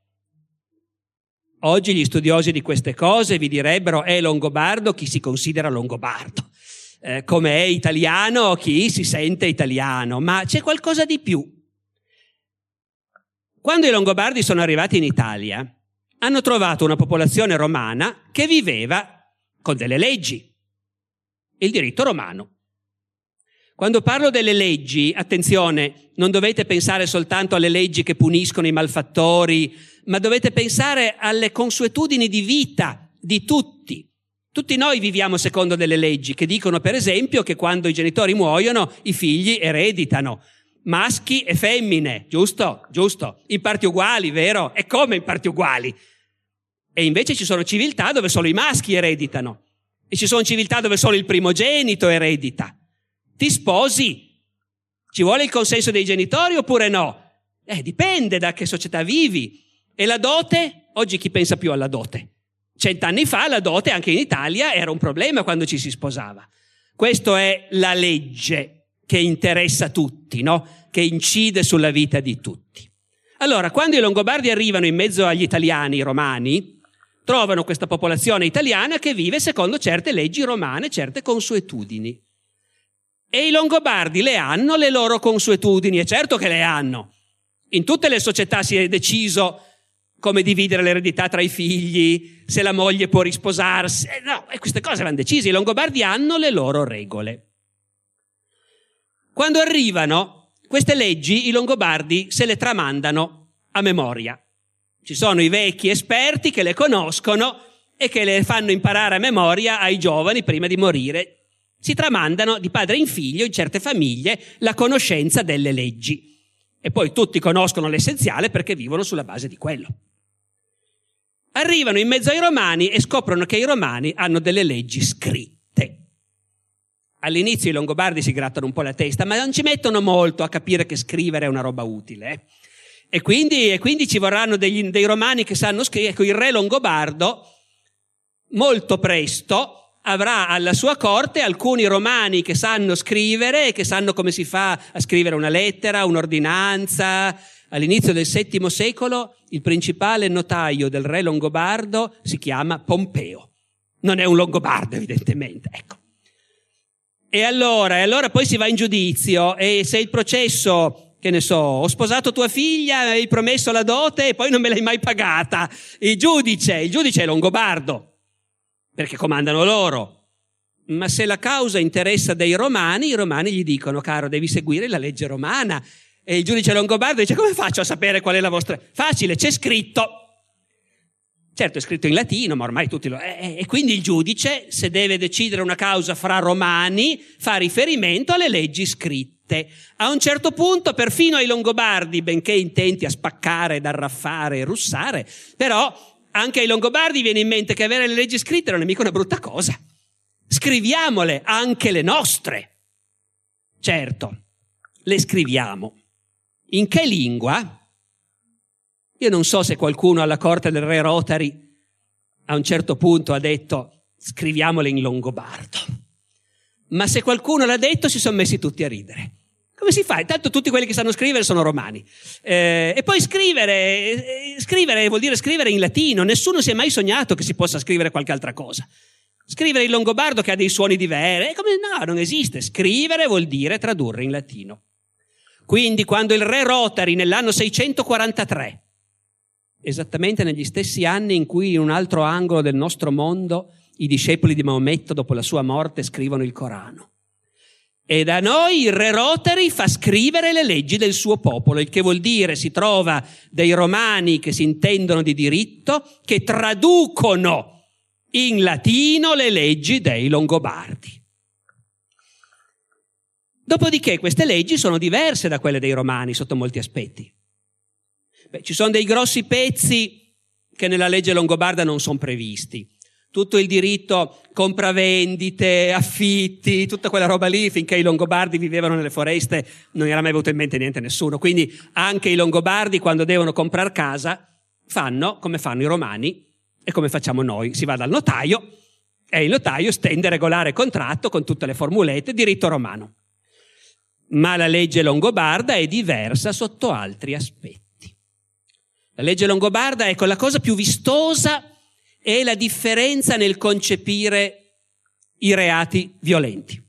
Oggi gli studiosi di queste cose vi direbbero è longobardo chi si considera longobardo, come è italiano chi si sente italiano, ma c'è qualcosa di più. Quando i longobardi sono arrivati in Italia, hanno trovato una popolazione romana che viveva con delle leggi. Il diritto romano. Quando parlo delle leggi, attenzione, non dovete pensare soltanto alle leggi che puniscono i malfattori, ma dovete pensare alle consuetudini di vita di tutti. Tutti noi viviamo secondo delle leggi che dicono, per esempio, che quando i genitori muoiono i figli ereditano. Maschi e femmine, giusto? Giusto. In parti uguali, vero? E come in parti uguali? E invece ci sono civiltà dove solo i maschi ereditano. E ci sono civiltà dove solo il primogenito eredita. Ti sposi? Ci vuole il consenso dei genitori oppure no? Dipende da che società vivi. E la dote? Oggi chi pensa più alla dote? 100 anni fa la dote anche in Italia era un problema quando ci si sposava. Questa è la legge che interessa tutti, no? Che incide sulla vita di tutti. Allora, quando i longobardi arrivano in mezzo agli italiani, i romani, trovano questa popolazione italiana che vive secondo certe leggi romane, certe consuetudini. E i longobardi le hanno le loro consuetudini, è certo che le hanno. In tutte le società si è deciso come dividere l'eredità tra i figli, se la moglie può risposarsi. E queste cose vanno decise, i longobardi hanno le loro regole. Quando arrivano, queste leggi i longobardi se le tramandano a memoria. Ci sono i vecchi esperti che le conoscono e che le fanno imparare a memoria ai giovani prima di morire. Si tramandano di padre in figlio in certe famiglie la conoscenza delle leggi. E poi tutti conoscono l'essenziale perché vivono sulla base di quello. Arrivano in mezzo ai romani e scoprono che i romani hanno delle leggi scritte. All'inizio i longobardi si grattano un po' la testa, ma non ci mettono molto a capire che scrivere è una roba utile. E quindi ci vorranno dei romani che sanno scrivere. Ecco, il re longobardo molto presto avrà alla sua corte alcuni romani che sanno scrivere e che sanno come si fa a scrivere una lettera, un'ordinanza. All'inizio del VII secolo il principale notaio del re longobardo si chiama Pompeo. Non è un longobardo, evidentemente, ecco. E allora poi si va in giudizio, e se il processo, che ne so, ho sposato tua figlia, mi hai promesso la dote e poi non me l'hai mai pagata. Il giudice è longobardo, perché comandano loro. Ma se la causa interessa dei romani, i romani gli dicono: caro, devi seguire la legge romana. E il giudice longobardo dice: come faccio a sapere qual è la vostra? Facile, c'è scritto. Certo, è scritto in latino, ma ormai tutti lo... E quindi il giudice, se deve decidere una causa fra romani, fa riferimento alle leggi scritte. A un certo punto, perfino ai longobardi, benché intenti a spaccare, arraffare e russare, però anche ai longobardi viene in mente che avere le leggi scritte non è mica una brutta cosa. Scriviamole, anche le nostre. Certo, le scriviamo. In che lingua? Io non so se qualcuno alla corte del re Rotari a un certo punto ha detto: scriviamole in longobardo. Ma se qualcuno l'ha detto, si sono messi tutti a ridere. Come si fa? Intanto tutti quelli che sanno scrivere sono romani. E poi scrivere vuol dire scrivere in latino. Nessuno si è mai sognato che si possa scrivere qualche altra cosa. Scrivere in longobardo, che ha dei suoni diversi, no, non esiste. Scrivere vuol dire tradurre in latino. Quindi quando il re Rotari nell'anno 643, esattamente negli stessi anni in cui in un altro angolo del nostro mondo i discepoli di Maometto dopo la sua morte scrivono il Corano, e da noi il re Rotari fa scrivere le leggi del suo popolo, il che vuol dire si trova dei romani che si intendono di diritto, che traducono in latino le leggi dei Longobardi. Dopodiché queste leggi sono diverse da quelle dei romani sotto molti aspetti. Ci sono dei grossi pezzi che nella legge longobarda non sono previsti. Tutto il diritto compravendite, affitti, tutta quella roba lì, finché i longobardi vivevano nelle foreste non era mai venuto in mente niente a nessuno. Quindi anche i longobardi, quando devono comprare casa, fanno come fanno i romani e come facciamo noi. Si va dal notaio e il notaio stende regolare contratto con tutte le formulette, diritto romano. Ma la legge longobarda è diversa sotto altri aspetti. La legge longobarda, ecco, la cosa più vistosa è la differenza nel concepire i reati violenti.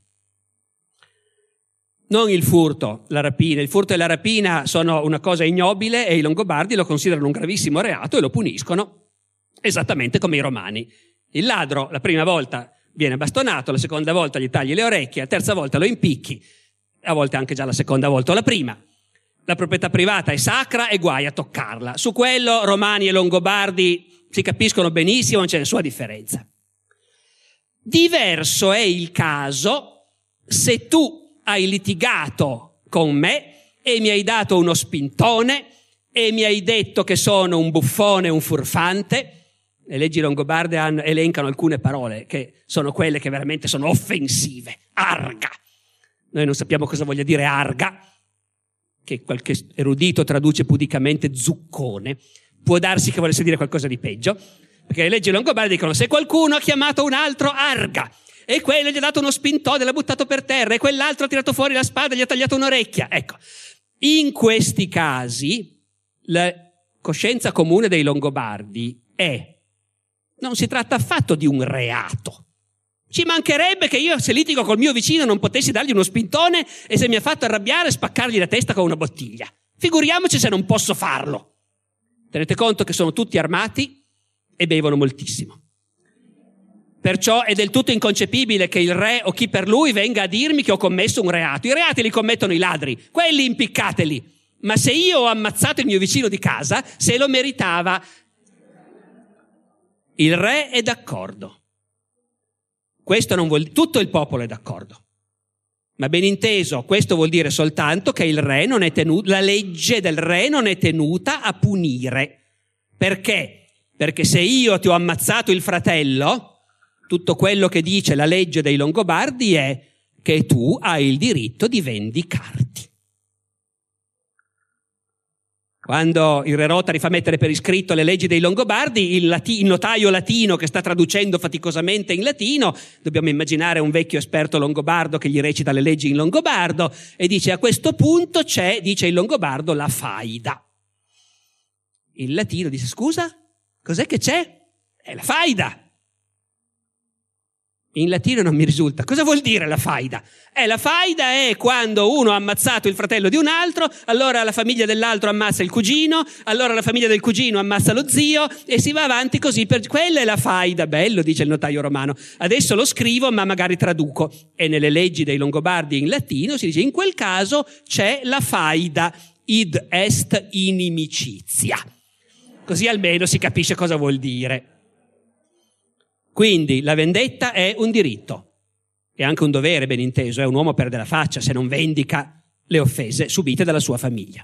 Non il furto, la rapina. Il furto e la rapina sono una cosa ignobile e i longobardi lo considerano un gravissimo reato e lo puniscono esattamente come i romani. Il ladro la prima volta viene bastonato, la seconda volta gli tagli le orecchie, la terza volta lo impicchi, a volte anche già la seconda volta o la prima. La proprietà privata è sacra e guai a toccarla. Su quello romani e longobardi si capiscono benissimo, non c'è nessuna differenza. Diverso è il caso se tu hai litigato con me e mi hai dato uno spintone e mi hai detto che sono un buffone, un furfante. Le leggi longobarde elencano alcune parole che sono quelle che veramente sono offensive. Arga. Noi non sappiamo cosa voglia dire arga, che qualche erudito traduce pudicamente zuccone. Può darsi che volesse dire qualcosa di peggio, perché le leggi longobarde dicono: se qualcuno ha chiamato un altro arga, e quello gli ha dato uno spintone, l'ha buttato per terra, e quell'altro ha tirato fuori la spada e gli ha tagliato un'orecchia. Ecco, in questi casi la coscienza comune dei longobardi non si tratta affatto di un reato. Ci mancherebbe che io, se litigo col mio vicino, non potessi dargli uno spintone e, se mi ha fatto arrabbiare, spaccargli la testa con una bottiglia. Figuriamoci se non posso farlo. Tenete conto che sono tutti armati e bevono moltissimo. Perciò è del tutto inconcepibile che il re o chi per lui venga a dirmi che ho commesso un reato. I reati li commettono i ladri, quelli impiccateli. Ma se io ho ammazzato il mio vicino di casa, se lo meritava. Il re è d'accordo. Questo non vuol dire, tutto il popolo è d'accordo. Ma ben inteso, questo vuol dire soltanto che il re non è tenuto, la legge del re non è tenuta a punire. Perché? Perché se io ti ho ammazzato il fratello, tutto quello che dice la legge dei Longobardi è che tu hai il diritto di vendicarti. Quando il Re Rotary fa mettere per iscritto le leggi dei Longobardi, il notaio latino che sta traducendo faticosamente in latino, dobbiamo immaginare un vecchio esperto longobardo che gli recita le leggi in longobardo, e dice: a questo punto c'è, dice il longobardo, la faida. Il latino dice: scusa, cos'è che c'è? È la faida. In latino non mi risulta. Cosa vuol dire la faida? La faida è quando uno ha ammazzato il fratello di un altro, allora la famiglia dell'altro ammazza il cugino, allora la famiglia del cugino ammazza lo zio e si va avanti così. Quella è la faida. Bello, dice il notaio romano. Adesso lo scrivo, ma magari traduco. E nelle leggi dei Longobardi in latino si dice: in quel caso c'è la faida, id est inimicizia. Così almeno si capisce cosa vuol dire. Quindi la vendetta è un diritto, è anche un dovere, ben inteso. Un uomo perde la faccia se non vendica le offese subite dalla sua famiglia.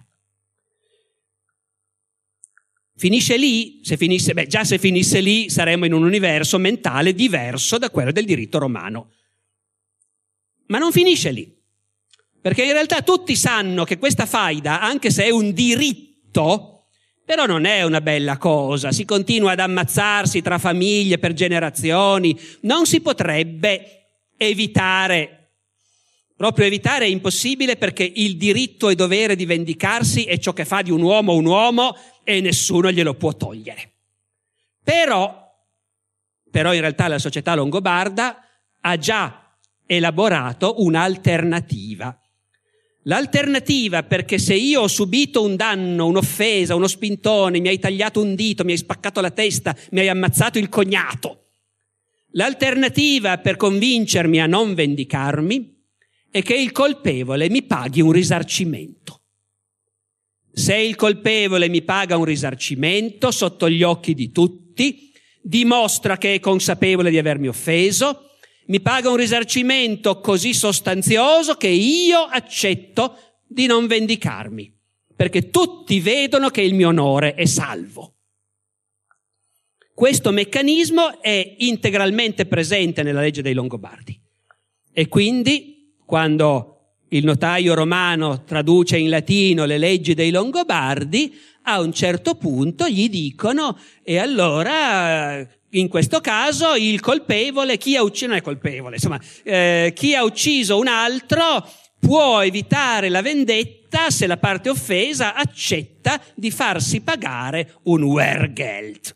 Finisce lì? Se finisse lì saremmo in un universo mentale diverso da quello del diritto romano. Ma non finisce lì, perché in realtà tutti sanno che questa faida, anche se è un diritto, però non è una bella cosa. Si continua ad ammazzarsi tra famiglie per generazioni. Non si potrebbe evitare. Proprio evitare è impossibile, perché il diritto e dovere di vendicarsi è ciò che fa di un uomo e nessuno glielo può togliere. Però in realtà la società longobarda ha già elaborato un'alternativa. L'alternativa, perché se io ho subito un danno, un'offesa, uno spintone, mi hai tagliato un dito, mi hai spaccato la testa, mi hai ammazzato il cognato, l'alternativa per convincermi a non vendicarmi è che il colpevole mi paghi un risarcimento. Se il colpevole mi paga un risarcimento sotto gli occhi di tutti, dimostra che è consapevole di avermi offeso, mi paga un risarcimento così sostanzioso che io accetto di non vendicarmi, perché tutti vedono che il mio onore è salvo. Questo meccanismo è integralmente presente nella legge dei Longobardi. E quindi, quando il notaio romano traduce in latino le leggi dei Longobardi, a un certo punto gli dicono: e allora in questo caso il colpevole, chi ha ucciso, non è colpevole, insomma, chi ha ucciso un altro può evitare la vendetta se la parte offesa accetta di farsi pagare un Wehrgeld.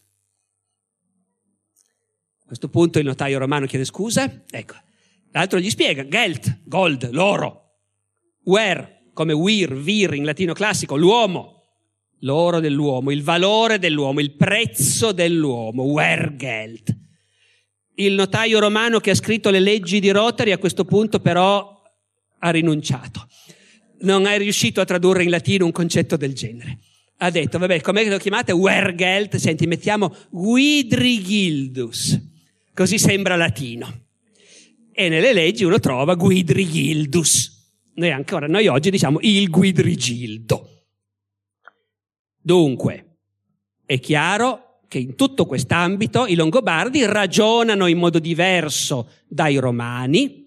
A questo punto il notaio romano chiede scusa, ecco, l'altro gli spiega: Geld, gold, l'oro, Wehr, come vir in latino classico, l'uomo, l'oro dell'uomo, il valore dell'uomo, il prezzo dell'uomo, Wehrgeld. Il notaio romano che ha scritto le leggi di Rotary a questo punto però ha rinunciato. Non è riuscito a tradurre in latino un concetto del genere. Ha detto: vabbè, come lo chiamate? Wehrgeld? Senti, mettiamo Guidrigildus, così sembra latino. E nelle leggi uno trova Guidrigildus. Noi oggi diciamo il Guidrigildo. Dunque, è chiaro che in tutto quest'ambito i Longobardi ragionano in modo diverso dai Romani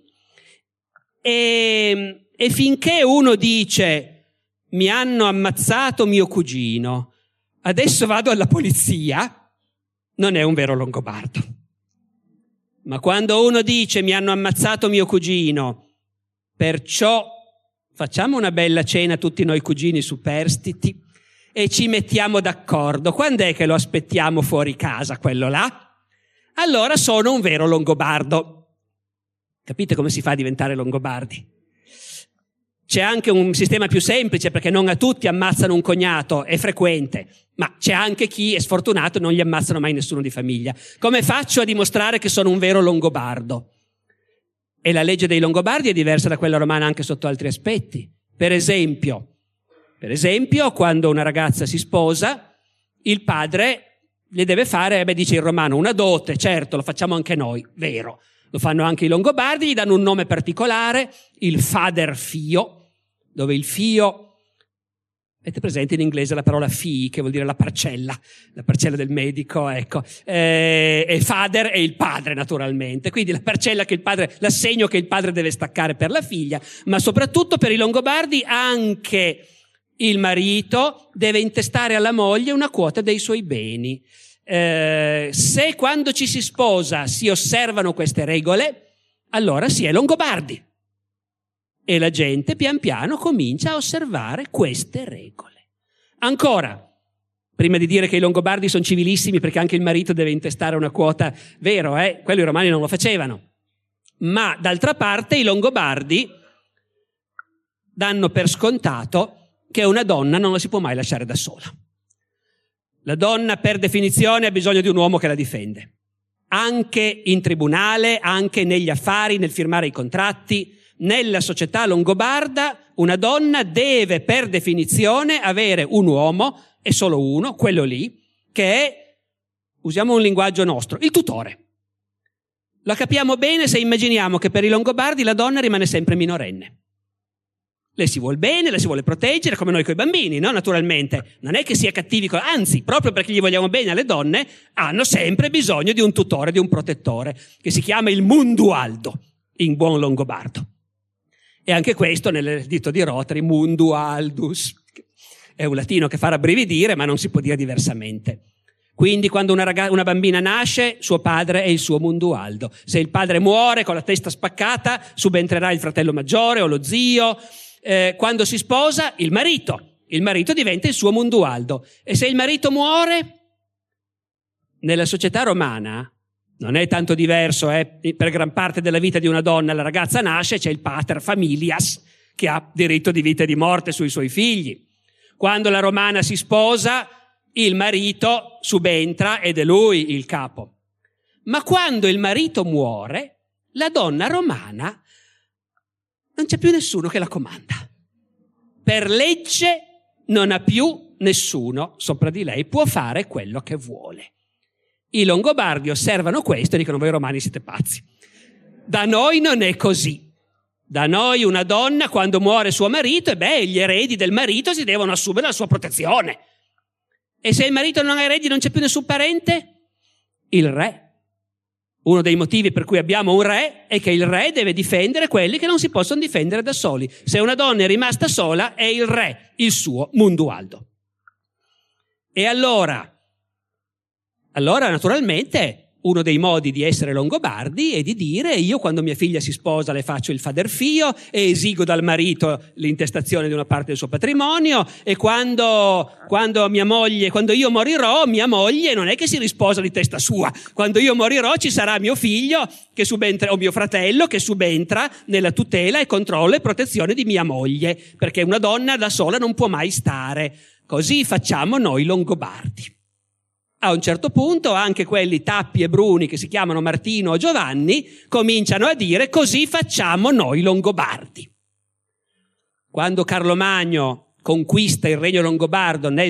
e finché uno dice: mi hanno ammazzato mio cugino, adesso vado alla polizia, non è un vero Longobardo. Ma quando uno dice: mi hanno ammazzato mio cugino, perciò facciamo una bella cena tutti noi cugini superstiti e ci mettiamo d'accordo, quando è che lo aspettiamo fuori casa quello là? Allora sono un vero Longobardo. Capite come si fa a diventare Longobardi? C'è anche un sistema più semplice, perché non a tutti ammazzano un cognato, è frequente, ma c'è anche chi è sfortunato e non gli ammazzano mai nessuno di famiglia. Come faccio a dimostrare che sono un vero Longobardo? E la legge dei Longobardi è diversa da quella romana anche sotto altri aspetti. Per esempio, quando una ragazza si sposa, il padre le deve fare, dice il romano, una dote. Certo, lo facciamo anche noi, vero. Lo fanno anche i Longobardi, gli danno un nome particolare, il fader fio, dove il fio, avete presente in inglese la parola fee, che vuol dire la parcella del medico, ecco, e fader è il padre naturalmente, quindi la parcella che il padre, l'assegno che il padre deve staccare per la figlia, ma soprattutto per i Longobardi anche il marito deve intestare alla moglie una quota dei suoi beni. Se quando ci si sposa si osservano queste regole, allora si è Longobardi. E la gente pian piano comincia a osservare queste regole. Ancora, prima di dire che i Longobardi sono civilissimi perché anche il marito deve intestare una quota, vero, quello i romani non lo facevano. Ma d'altra parte i Longobardi danno per scontato che una donna non la si può mai lasciare da sola. La donna per definizione ha bisogno di un uomo che la difende. Anche in tribunale, anche negli affari, nel firmare i contratti, nella società longobarda una donna deve per definizione avere un uomo, e solo uno, quello lì, che è, usiamo un linguaggio nostro, il tutore. La capiamo bene se immaginiamo che per i Longobardi la donna rimane sempre minorenne. Le si vuol bene, le si vuole proteggere, come noi coi bambini, no? Naturalmente. Non è che sia cattivi, anzi, proprio perché gli vogliamo bene alle donne, hanno sempre bisogno di un tutore, di un protettore, che si chiama il mundualdo, in buon longobardo. E anche questo nel dito di Rotary, mundualdus, è un latino che fa rabbrividire, ma non si può dire diversamente. Quindi quando una bambina nasce, suo padre è il suo mundualdo. Se il padre muore con la testa spaccata, subentrerà il fratello maggiore o lo zio. Quando si sposa, il marito diventa il suo mundualdo. E se il marito muore, nella società romana non è tanto diverso, per gran parte della vita di una donna la ragazza nasce, c'è il pater familias che ha diritto di vita e di morte sui suoi figli. Quando la romana si sposa, il marito subentra ed è lui il capo. Ma quando il marito muore, la donna romana non c'è più nessuno che la comanda. Per legge non ha più nessuno sopra di lei, può fare quello che vuole. I Longobardi osservano questo e dicono: voi romani siete pazzi. Da noi non è così. Da noi una donna quando muore suo marito, gli eredi del marito si devono assumere la sua protezione. E se il marito non ha eredi, non c'è più nessun parente? Il re. Uno dei motivi per cui abbiamo un re è che il re deve difendere quelli che non si possono difendere da soli. Se una donna è rimasta sola, è il re, il suo mundualdo. E allora naturalmente uno dei modi di essere longobardi è di dire: io quando mia figlia si sposa le faccio il faderfio e esigo dal marito l'intestazione di una parte del suo patrimonio, e quando io morirò, mia moglie non è che si risposa di testa sua. Quando io morirò ci sarà mio figlio che subentra, o mio fratello che subentra nella tutela e controllo e protezione di mia moglie, perché una donna da sola non può mai stare. Così facciamo noi longobardi. A un certo punto anche quelli tappi e bruni che si chiamano Martino o Giovanni cominciano a dire: così facciamo noi longobardi. Quando Carlo Magno conquista il regno longobardo nel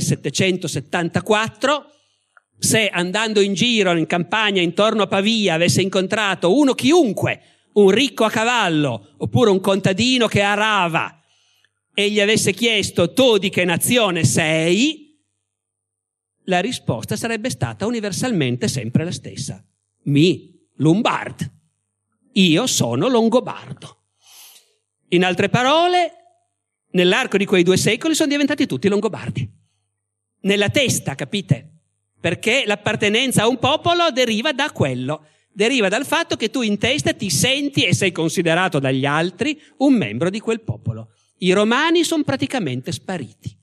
774, se andando in giro in campagna intorno a Pavia avesse incontrato chiunque, un ricco a cavallo oppure un contadino che arava, e gli avesse chiesto: tu di che nazione sei? La risposta sarebbe stata universalmente sempre la stessa: Lombard. Io sono longobardo. In altre parole, nell'arco di quei 2 secoli sono diventati tutti longobardi. Nella testa, capite? Perché l'appartenenza a un popolo deriva da quello. Deriva dal fatto che tu in testa ti senti e sei considerato dagli altri un membro di quel popolo. I romani sono praticamente spariti.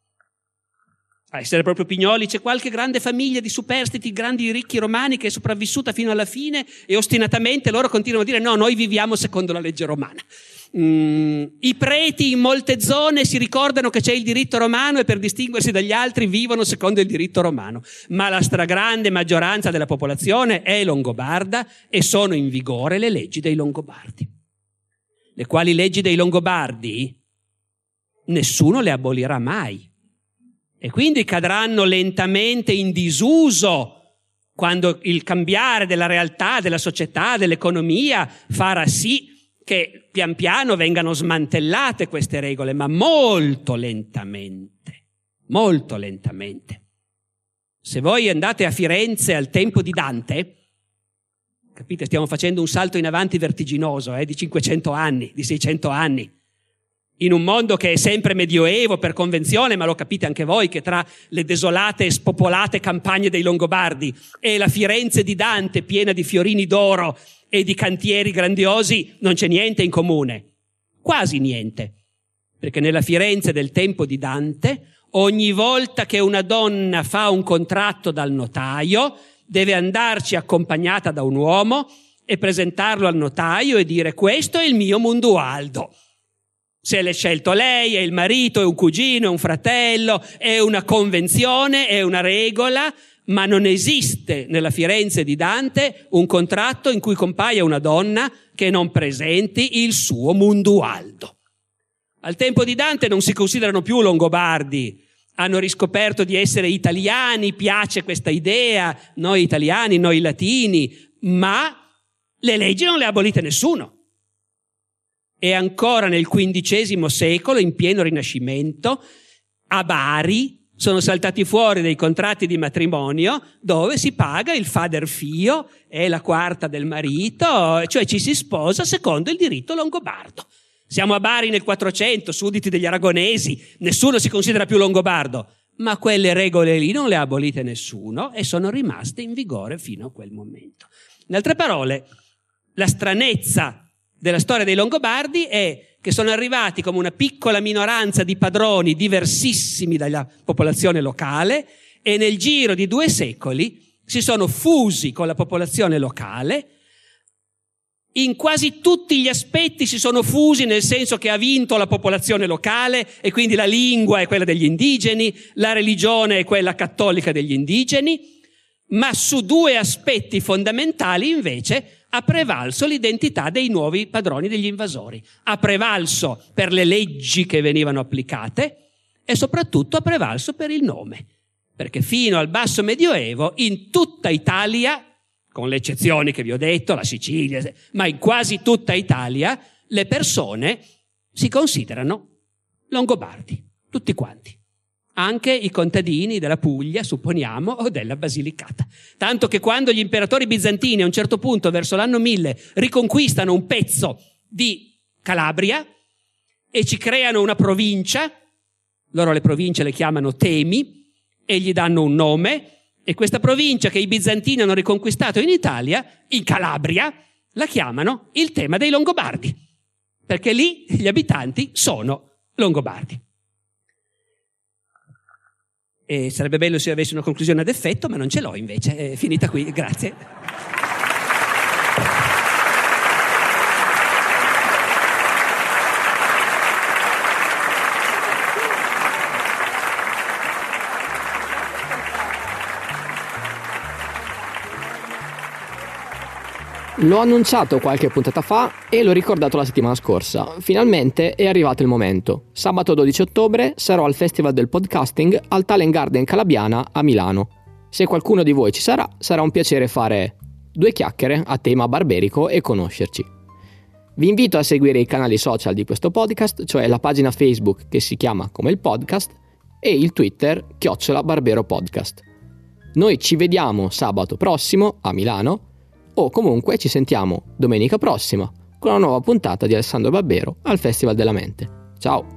A essere proprio pignoli, c'è qualche grande famiglia di superstiti, grandi ricchi romani che è sopravvissuta fino alla fine e ostinatamente loro continuano a dire: no, noi viviamo secondo la legge romana. I preti in molte zone si ricordano che c'è il diritto romano e per distinguersi dagli altri vivono secondo il diritto romano, ma la stragrande maggioranza della popolazione è longobarda e sono in vigore le leggi dei longobardi. Le quali leggi dei longobardi nessuno le abolirà mai. E quindi cadranno lentamente in disuso quando il cambiare della realtà, della società, dell'economia farà sì che pian piano vengano smantellate queste regole, ma molto lentamente, molto lentamente. Se voi andate a Firenze al tempo di Dante, capite, stiamo facendo un salto in avanti vertiginoso, di 500 anni, di 600 anni. in un mondo che è sempre medioevo per convenzione, ma lo capite anche voi che tra le desolate e spopolate campagne dei Longobardi e la Firenze di Dante piena di fiorini d'oro e di cantieri grandiosi non c'è niente in comune, quasi niente, perché nella Firenze del tempo di Dante ogni volta che una donna fa un contratto dal notaio deve andarci accompagnata da un uomo e presentarlo al notaio e dire: questo è il mio Mundualdo. Se l'è scelto lei, è il marito, è un cugino, è un fratello, è una convenzione, è una regola, ma non esiste nella Firenze di Dante un contratto in cui compaia una donna che non presenti il suo Mundualdo. Al tempo di Dante non si considerano più Longobardi, hanno riscoperto di essere italiani, piace questa idea, noi italiani, noi latini, ma le leggi non le ha abolite nessuno. E ancora nel XV secolo, in pieno Rinascimento, a Bari sono saltati fuori dei contratti di matrimonio dove si paga il fader fio e la quarta del marito, cioè ci si sposa secondo il diritto longobardo. Siamo a Bari nel 400, sudditi degli aragonesi, nessuno si considera più longobardo, ma quelle regole lì non le ha abolite nessuno e sono rimaste in vigore fino a quel momento. In altre parole, la stranezza della storia dei Longobardi è che sono arrivati come una piccola minoranza di padroni diversissimi dalla popolazione locale e nel giro di 2 secoli si sono fusi con la popolazione locale. In quasi tutti gli aspetti si sono fusi, nel senso che ha vinto la popolazione locale e quindi la lingua è quella degli indigeni, la religione è quella cattolica degli indigeni, ma su 2 aspetti fondamentali invece ha prevalso l'identità dei nuovi padroni degli invasori. Ha prevalso per le leggi che venivano applicate e soprattutto ha prevalso per il nome, perché fino al basso medioevo in tutta Italia, con le eccezioni che vi ho detto, la Sicilia, ma in quasi tutta Italia, le persone si considerano Longobardi, tutti quanti. Anche i contadini della Puglia, supponiamo, o della Basilicata. Tanto che quando gli imperatori bizantini a un certo punto, verso l'anno 1000, riconquistano un pezzo di Calabria e ci creano una provincia, loro le province le chiamano temi e gli danno un nome, e questa provincia che i bizantini hanno riconquistato in Italia, in Calabria, la chiamano il tema dei Longobardi, perché lì gli abitanti sono Longobardi. E sarebbe bello se avessi una conclusione ad effetto, ma non ce l'ho invece. È finita qui, grazie. L'ho annunciato qualche puntata fa e l'ho ricordato la settimana scorsa. Finalmente è arrivato il momento. Sabato 12 ottobre sarò al Festival del Podcasting al Talent Garden Calabiana a Milano. Se qualcuno di voi ci sarà, sarà un piacere fare 2 chiacchiere a tema barberico e conoscerci. Vi invito a seguire i canali social di questo podcast, cioè la pagina Facebook che si chiama come il podcast e il Twitter @barberopodcast. Noi ci vediamo sabato prossimo a Milano, o comunque ci sentiamo domenica prossima con una nuova puntata di Alessandro Barbero al Festival della Mente. Ciao!